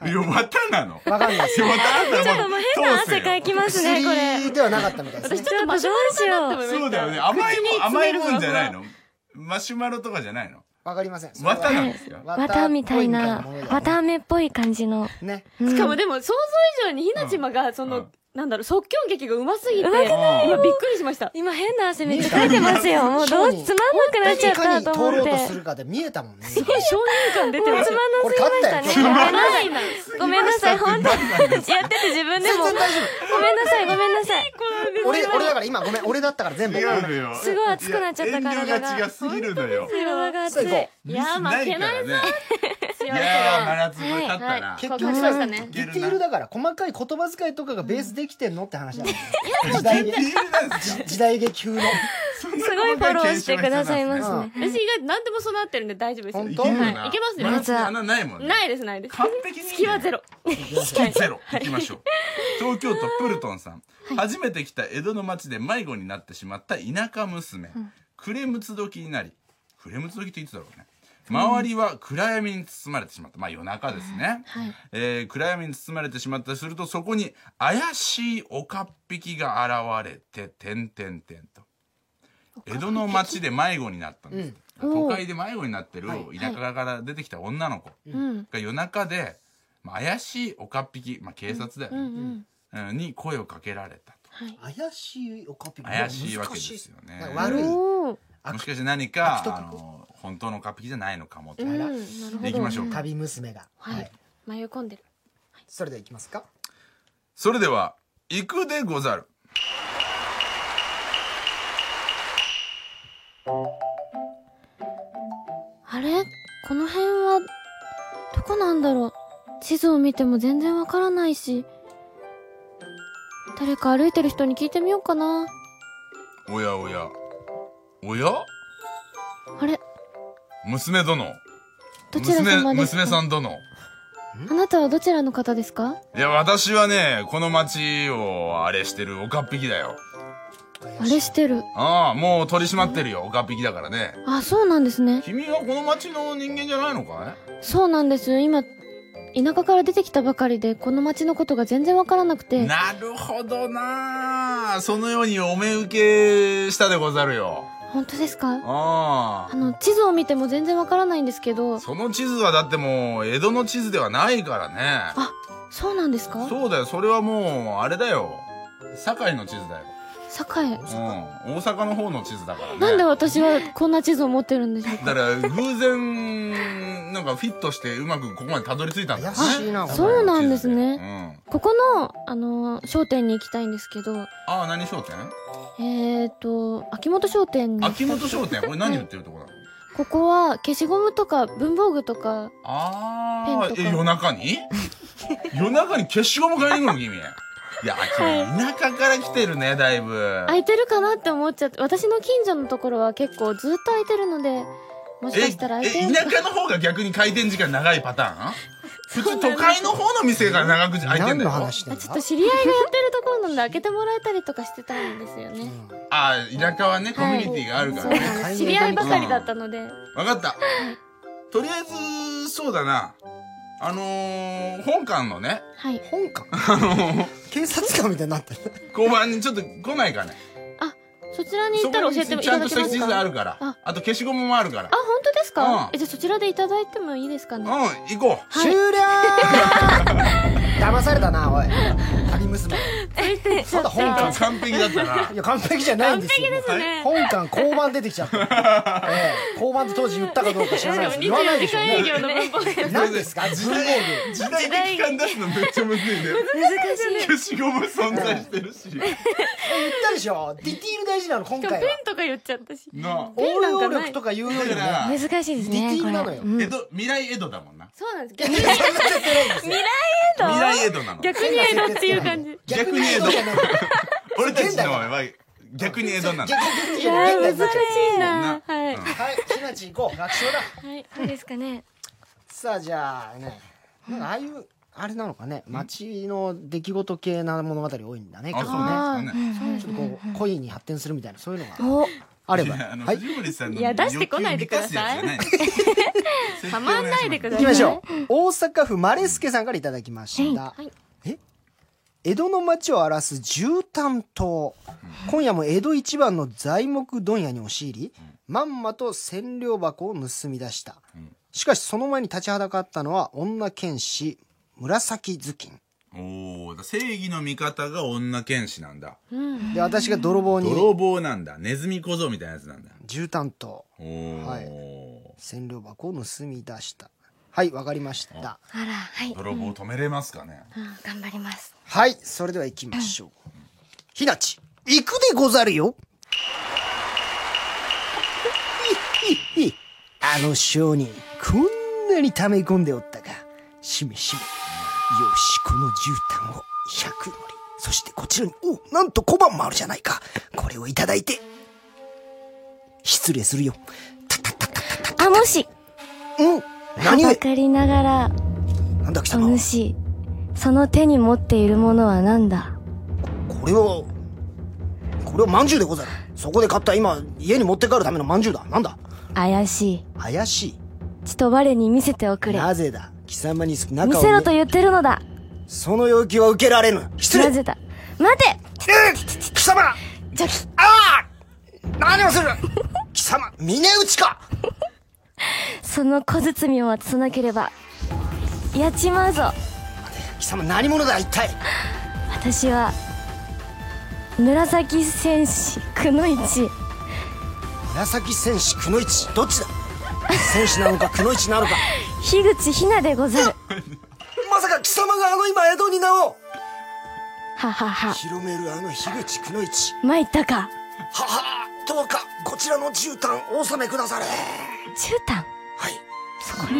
いや、綿なの。 わかんないです。 ちょっともう変な汗かきますね、これ。 薬ではなかったみたいですね。 私ちょっとマシュマロかなって思いました。 そうだよね。甘いもんじゃないの。マシュマロとかじゃないの。 わかりません。 綿なんですか。 綿みたいな、綿飴っぽい感じの。 ね。 しかもでも想像以上にひなちまがそのなんだろう、即興劇がうますぎて今びっくりしました。 今変な汗めっちゃかいてますよ。もうつまんなくなっちゃったと思って。 通ろうとするかで見えたもんね。 すごい少年感出てます。 つまんなすぎましたね。ごめんなさい、本当やってて自分でも。ごめんなさい、ごめんなさい。 俺だから今ごめん、俺だったから全部。 違うのよ。 すごい熱くなっちゃったから。 遠慮が違すぎるのよ。 体が熱い。 いや負けないぞ。 いや真夏ぶ勝ったな。 結局さ、ディティールだから細かい言葉遣いとかがベースできてんのって話だ。時代劇風の。 すごいフォローしてくださいますね。 私以外何でもそうなってるんで大丈夫です。 本当？ いけますよ。 真夏穴ないもんね。 ないですないです。 完璧に。 隙はゼロ。 隙ゼロ。行きましょう。東京都プルトンさん。初めて来た江戸の町で迷子になってしまった田舎娘。暮れむつ時になり。暮れむつ時っていつだろうね。 周りは暗闇に包まれてしまった。まあ夜中ですね。暗闇に包まれてしまった。するとそこに怪しい岡っ引きが現れて、と。江戸の町で迷子になったんです。都会で迷子になってる田舎から出てきた女の子が夜中で、怪しい岡っ引き、警察だよね、に声をかけられたと。 怪しい岡っ引き、 怪しいわけですよね。 悪い、 もしかして何か本当の岡っ引きじゃないのかもと。いきましょう。 旅娘が迷い込んでる。 それではいきますか。 それでは行くでござる。 あれ、この辺はどこなんだろう。地図を見ても全然わからないし、誰か歩いてる人に聞いてみようかな。 おやあれ、 娘殿、 どちら様ですか？ 娘さん殿。 あなたはどちらの方ですか？ いや、私はね、この町をあれしてる岡っ引きだよ。 あれしてる。 もう取り締まってるよ、岡っ引きだからね。 そうなんですね。 君はこの町の人間じゃないのかい？ そうなんです。今田舎から出てきたばかりで、この町のことが全然わからなくて。 なるほどな。そのようにお目受けしたでござるよ。 本当ですか？地図を見ても全然わからないんですけど。 その地図はだってもう江戸の地図ではないからね。 そうなんですか？ そうだよ。それはもうあれだよ、堺の地図だよ。 堺？ 大阪の方の地図だからね。 なんで私はこんな地図を持ってるんでしょうか？ だから偶然なんかフィットしてうまくここまでたどり着いたんだよね。 怪しいな。 そうなんですね。ここの商店に行きたいんですけど。 何商店？ 秋元商店に。 秋元商店、これ何売ってるとこなの？ ここは消しゴムとか文房具とかペンとか。 夜中に夜中に消しゴム買いに行くの君？いや、田舎から来てるね、だいぶ。 空いてるかなって思っちゃって。私の近所のところは結構ずっと空いてるので、もしかしたら空いてるのか。 田舎の方が逆に開店時間長いパターン？普通都会の方の店が長く開いてんだよ。 ちょっと知り合いがやってるところなんで開けてもらえたりとかしてたんですよね。 田舎はね、コミュニティがあるからね。 知り合いばかりだったので。 わかった。とりあえず、そうだな。本館のね。 本館？警察官みたいになってる。 交番にちょっと来ないかね。 そちらに行ったら教えていただけますか？ ちゃんとした地図あるから。あと消しゴムもあるから。 本当ですか？じゃあそちらでいただいてもいいですかね？ 行こう。 終了。騙されたな、おい。旅娘。 まだ本館完璧だったな。 いや、完璧じゃないんですよ。 完璧ですね。 本館交番出てきちゃった。交番って当時言ったかどうか知らないですけど、言わないでしょうね。何ですか？文房具。 時代的感出すのめっちゃむずいね。 難しい。 消しゴム存在してるし。 言ったでしょ。ディティール大事なの、今回は。 ペンとか言っちゃったし。 応用力とか言うよりもね。 難しいですね。 ディティールなのよ。 未来江戸だもんな。 そうなんです。 未来江戸なの。 逆に江戸っていう感じ。 逆に江戸。俺たちのは逆に江戸なの。 難しいな。はい。 ひなち行こう。楽勝だ。 はい。 そうですかね。 さあ、じゃあね、ああいうあれなのかね、街の出来事系な物語多いんだね。 そうなんですかね。 ちょっとこう恋に発展するみたいな、そういうのがあれば。 藤森さんのいや、出してこないでください。はまんないでください。 行きましょう。大阪府マレスケさんからいただきました。江戸の町を荒らす絨毯島。今夜も江戸一番の材木問屋に押し入り、まんまと千両箱を盗み出した。しかしその前に立ちはだかったのは女剣士紫頭巾。 正義の味方が女剣士なんだ。 で、私が泥棒なんだ。ネズミ小僧みたいなやつなんだ。 絨毯島。千両箱を盗み出した。はい、わかりました。 あら、はい。 泥棒止めれますかね？ 頑張ります。 はい、それでは行きましょう。ひなち、行くでござるよ。あの商人、こんなに溜め込んでおったか。しめしめ。よし、この絨毯を100乗り。そしてこちらに、なんと小判もあるじゃないか。これをいただいて。失礼するよ。 もし。 何はばかりながら。 なんだ貴様。 お主、その手に持っているものは何だ？ これは饅頭でござる。そこで買った今、家に持って帰るための饅頭だ。なんだ？ 怪しい。 怪しい？ ちと我に見せておくれ。 なぜだ、貴様に中を見せろと言ってるのだ。 その要求は受けられぬ。失礼。 なぜだ。待て。 貴様、 じゃ、 何をする貴様、峰打ちか。 その小包を渡さなければやっちまうぞ。 貴様何者だ一体。 私は紫戦士くのいち。 紫戦士くのいち、どっちだ。戦士なのかくのいちなのか。 樋口ひなでござる。 まさか貴様が今江戸に名をははは。 広める樋口くのいち。 参ったか。 はは、どうかこちらの絨毯お納めくだされ。 絨毯。 はい。 そこに。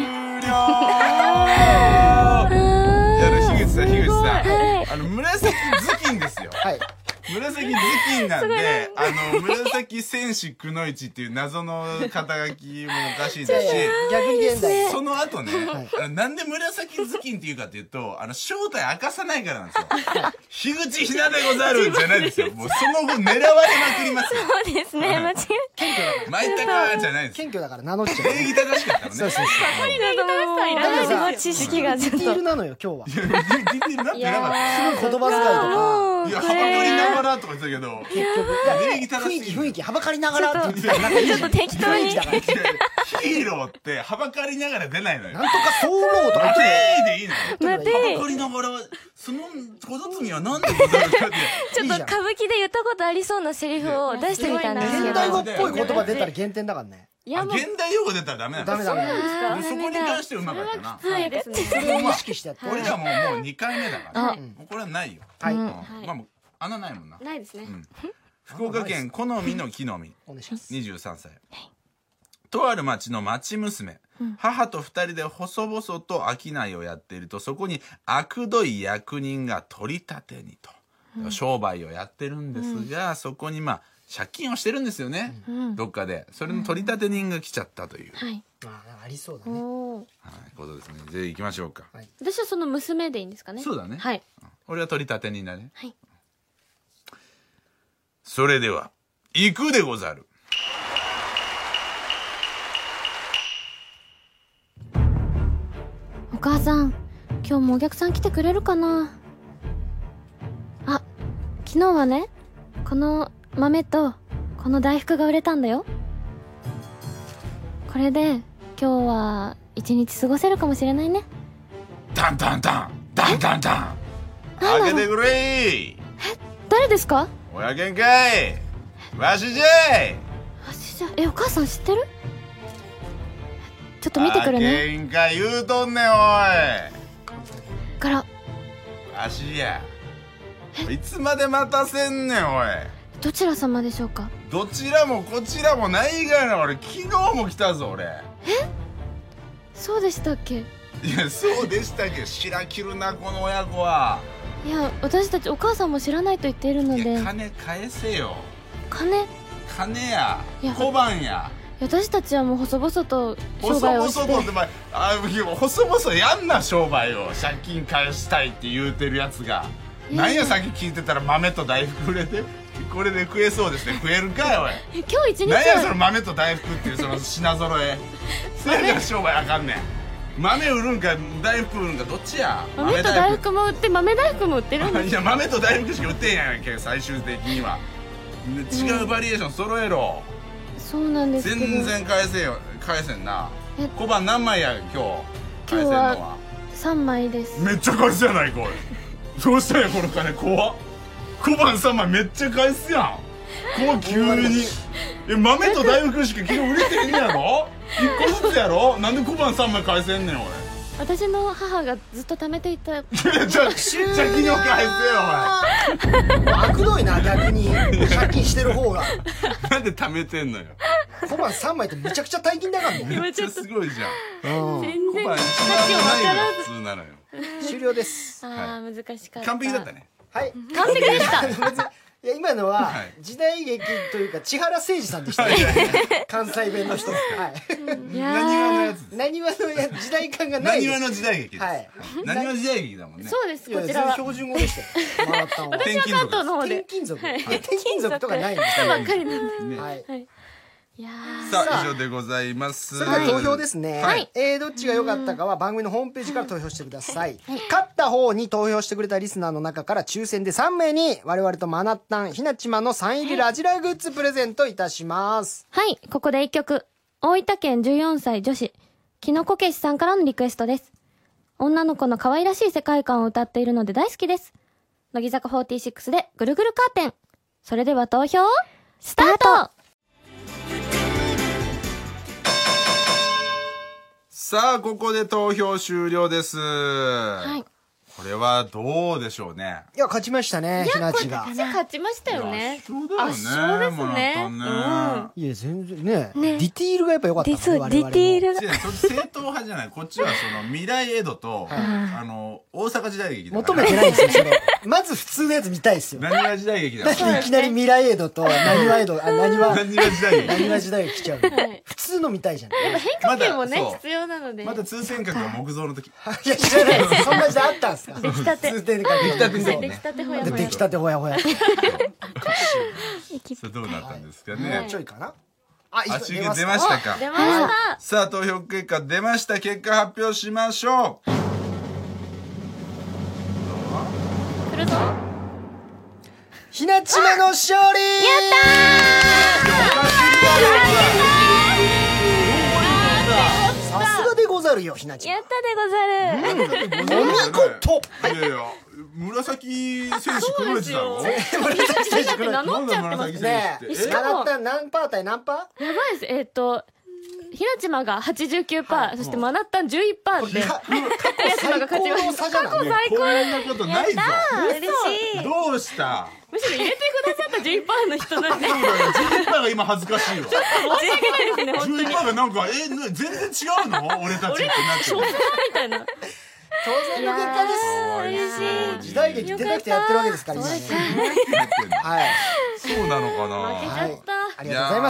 樋口さん、樋口さん、 はい紫頭巾ですよ。 はい。 紫頭巾なんで、紫戦士くのいちっていう謎の肩書きもおかしいですし、 逆に現代。 その後ね、なんで紫頭巾っていうかっていうと、正体明かさないからなんですよ。樋口ひなでござるじゃないですよ。もうその後狙われまくりますよ。 そうですね、間違え参ったかじゃないです。 謙虚だから名乗っちゃう。 礼儀正しかったのね。 そうそうそう。 た。私の知識がちょっディテールと。 なのよ今日は。 ディテールなってなかっすごい言葉遣いとか。 た。いや、はばかりながらとか言ってたけど、 結局礼儀正しい。 雰囲気はばかりながらって言ってたらなんかいいじゃん。 ちょっと適当に雰囲気だから。 ヒーローってはばかりながら出ないのよ。 なんとかそう思うとか待言っててーでいいのよ。 待てはばかりながら、その小包はなんでござるかって。 ちょっと歌舞伎で言ったことありそうなセリフを出してみたんですけど。 現代語っぽい言葉出たら減点だからね。 いやもう現代用語出たらダメなんだ。 ダメダメ。 でそこに関してうまかったな。 はいですね。 それを意識してやって。 俺らもう2回目だから。もうこれはないよ。 はい。 まあもう穴ないもんな。 ないですね。 福岡県好みの木の実。 お願いします。 23歳。とある町の町娘、母と二人で細々と商いをやっていると、そこに悪どい役人が取り立てにと、商売をやってるんですが、そこに借金をしてるんですよね、どっかで。それの取り立て人が来ちゃったという、 はい。 ありそうだね。 ことですね。じゃあ行きましょうか。 私はその娘でいいんですかね。 そうだね。 はい。 俺は取り立て人だね。 はい。 それでは行くでござる。 お母さん、今日もお客さん来てくれるかな。あ、昨日はね、この豆とこの大福が売れたんだよ。これで今日は一日過ごせるかもしれないね。 タンタンタンタンタンタン、開けてくれ。 誰ですか？ おやけんかい、わしじゃい。 お母さん知ってる？ちょっと見てくるね。 開けんか言うとんねん、おい。 からわしや。いつまで待たせんねん、おい。 どちら様でしょうか？ どちらもこちらもないがな。俺昨日も来たぞ、俺。 そうでしたっけ？ いや、そうでしたっけ。白切るな、この親子は。 いや、私たちお母さんも知らないと言っているので。 いや、金返せよ。 金やいや小判や。 私たちはもう細々と商売をして。 細々とって細々やんな、商売を。借金返したいって言うてるやつが。なんや、さっき聞いてたら豆と大福売れて、これで食えそうですね。食えるかよ、おい。 今日一日なんやそのは豆と大福っていうその品揃え。それが商売あかんねん。豆売るんか大福売るんかどっちや。 豆と大福も売って豆大福も売ってるんです。 いや、豆と大福しか売ってんやんけ、最終的には。違うバリエーション揃えろ。 そうなんですけど。 全然返せんな。小判何枚や今日返せんのは。 3枚です。 めっちゃ返すやないか、おい。どうしたんやこの金。怖っ。小判3枚めっちゃ返すやん。怖っ、急に。豆と大福しか昨日売れてへんやろ。1個ずつやろ。なんで小判3枚返せんねん、おい。 私の母がずっと貯めていた。 じゃあ昨日返せよ、おあくどいな、逆に借金してる方が。 前。なんで貯めてんのよ。 小判3枚ってめちゃくちゃ大金だからね。 めっちゃすごいじゃん。 全小判然価値 1 を万ない分からず。 の普通なのよ。 終了です。 ああ、難しかった。 完璧だったね。 はい。 完璧でした。 別にいや、今のははい時代劇というか千原誠二さんでしたね。関西弁の人。はい。 いやー何話のやつ。 何話の時代感がないです。 何話の時代劇です。 はい。 何話時代劇だもんね。 そうです、 いやこちらは。 標準語でしたよ。マラタンは。 転勤関東の方転で。 勤族。いや転勤族とかないんです来たばっかりなんで。 ねはい。 はい。 さあ以上でございます。 それでは投票ですね、 はいどっちが良かったかは番組のホームページから投票してください、勝った方に投票してくれたリスナーの中から抽選で3名に我々とマナッタンひなちまのサイン入りラジラグッズプレゼントいたします。 はい、ここで一曲。大分県14歳女子きのこけしさんからのリクエストです。女の子の可愛らしい世界観を歌っているので大好きです。乃木坂46でぐるぐるカーテン。それでは投票スタート。 さあここで投票終了です。 はい。 これはどうでしょうね。 いや勝ちましたね、ひなちが。 勝ちましたよね。 そうだよね。 そうですね。 いや全然ねディティールがやっぱ良かったね。 そうディティールが正統派じゃない。こっちはその未来江戸と大阪時代劇だから求めてないんですよそれ。まず普通のやつ見たいですよ。 なにわ時代劇だから。 なんでいきなり未来江戸となにわ江戸なにわ時代劇。 なにわ時代劇来ちゃうの。普通の見たいじゃん。 変化球もね必要なので。 まだ通天閣が木造の時。 いや知らないです。そんな時代あったんですか。 出来たて。 通天閣出来たてほやほや。 出来たてほやほや。 それどうなったんですかね。 ちょいかな。 足毛出ましたか。 出ました。 さあ投票結果出ました。結果発表しましょう。 来るぞ。 ひなちまの勝利。やったー。さすがでござるよひなちま。 やったでござる。 お見事。 いやいや紫選手黒いつだろ。 紫選手黒い。 名乗っちゃってますね。 しかも何パー対何パー？ やばいです。ひなちまが 89%、そしてマナッタン 11% って。ひなちまが勝ちました。 過去最高。 こんなことないぞ。 嬉しい。 どうした？ むしろ入れてくださった 11% の人なんで。 11%が今恥ずかしいわ。 申し訳ないですね、本当に。 11%がなんか全然違うの？俺たちってなっちゃう。 みたいな。 当然の結果です。 嬉しい。 時代劇出たくてやってるわけですから今ね。はい。 そうなのかな。 負けちゃった。 ありがとうございます。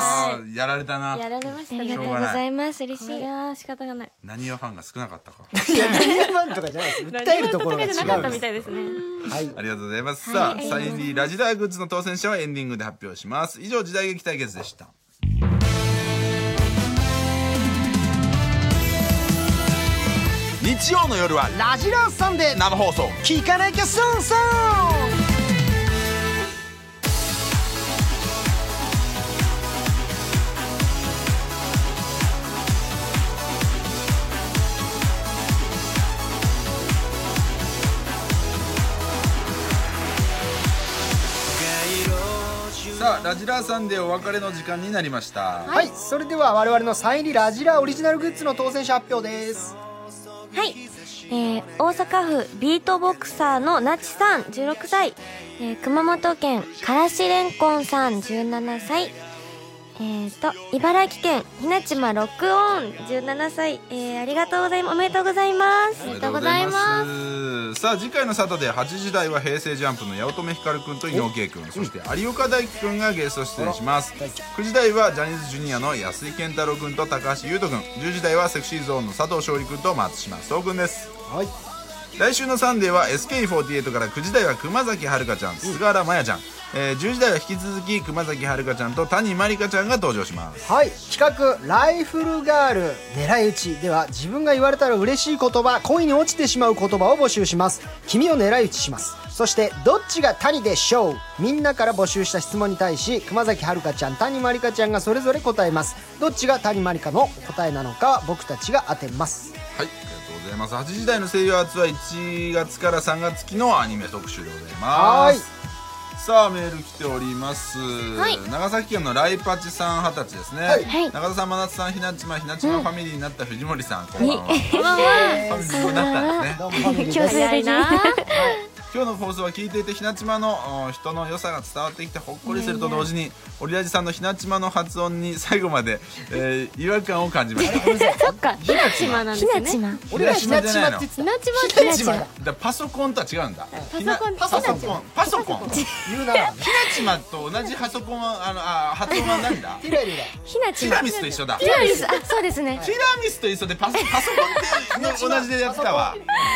やられたな。 やられましたね。 ありがとうございます。嬉しい。 いや仕方がない。 何よファンが少なかったか。 いや何がファンとかじゃないです。訴えるところが違うんです。 なかったみたいですね。 はい。 ありがとうございます。さあサイン入りラジダーグッズの当選者はエンディングで発表します。以上時代劇対決でした。日曜の夜はラジラーサンデー生放送。 聞かなきゃ損損。 さあラジラーサンデーお別れの時間になりました。 はい、それでは我々のサイン入りラジラーオリジナルグッズの当選者発表です。 はい、大阪府ビートボクサーのなちさん16歳、熊本県からしれんこんさん17歳、茨城県ひなちまロックオン17歳、ありがとうございます。おめでとうございます。 ありがとうございます。 さあ次回のサタデー8時台は平成ジャンプの八乙女光くんと伊野尾圭くん、そして有岡大輝くんがゲスト出演します。9時台はジャニーズジュニアの安井健太郎くんと高橋優斗くん、10時台はセクシーゾーンの佐藤勝利くんと松島壮くんです。 はい。 来週のサンデーは SK48 から9時台は熊崎遥香ちゃん、菅原麻也ちゃん、10時台は引き続き熊崎遥香ちゃんと谷まりかちゃんが登場します。 はい、企画ライフルガール狙い撃ちでは自分が言われたら嬉しい言葉、恋に落ちてしまう言葉を募集します。君を狙い撃ちします。そしてどっちが谷でしょう。みんなから募集した質問に対し熊崎遥香ちゃん、谷まりかちゃんがそれぞれ答えます。どっちが谷まりかの答えなのか僕たちが当てます。 はい、ありがとうございます。8時台の声優アーツは1月から3月期のアニメ特集でございます。さあメール来ております、はい、長崎県のライパチさん20歳ですね、はい、中田さん、真夏さん、ひなちまファミリーになった藤森さん、こんばんは。ファミリーになったんですね。 どうもファミリーです。 今日早いな。 今日の放送は聞いていてひなちまの人の良さが伝わってきてほっこりすると同時にオリラジさんのひなちまの発音に最後まで、違和感を感じました。 そっか、ひなちまなんですね。 俺らひなちまって言ってひなちまってひなちまだ。パソコンとは違うんだ。 パソコン言うな。 ひなちまと同じパソコンは発音はなんだ。 ティラリラ。 ひなちま。 ティラミスと一緒だ。 ティラミス、あ、そうですね。 ティラミスと一緒でパソコンって同じでやってたわ。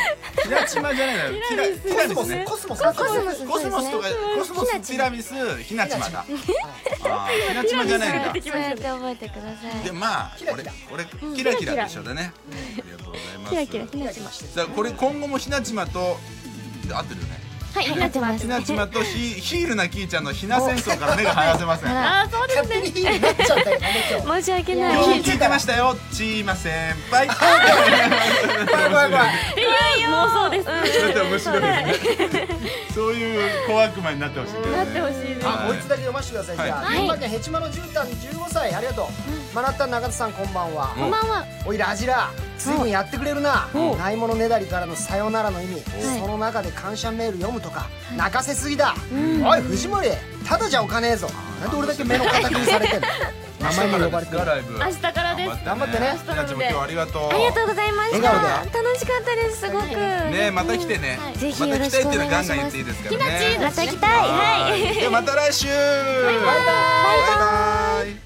ひなちまじゃないのよ。ティラミスね。 コスモスコスモスとかコスモスティラミスひなちまだ。ひなちまじゃないんだ。 そうやって覚えてください。 でまあ俺キラキラと一緒だね。ありがとうございます。 キラキラひなちま。 さあこれ今後もひなちまと合ってるよね。 はい、ひなちま。 ひなちまとヒールなキーちゃんのひな戦争から目が離せません。 あ、そうですね。 になっちゃったよ申し訳ない。 今日聞いてましたよ、チーマ先輩。 怖い怖い怖い。 妄想です。 だって面白いですね。そういう小悪魔になってほしいけどね。 なってほしいです。 もう一つだけ読ませてください。じゃあ群馬県ヘチマのじゅうたん15歳、ありがとう。マナッタン中田さん、こんばんは。 こんばんは。 おいラジラ、随分やってくれるな。ないものねだりからのさよならの意味、その中で感謝メール読むとか泣かせすぎだ。おい藤森、ただじゃおかねえぞ。なんで俺だけ目の敵にされてんの。名前も呼ばれてる。 明日からです。 頑張ってね。 ひなちも今日はありがとう。 ありがとうございました。 笑顔楽しかったです。すごく。 ね、また来てね。 ぜひまた来たいっていうのよろしくお願いします。 ガンガン言っていいですからね。 また来たい。はい。 ではまた来週。バイバイ。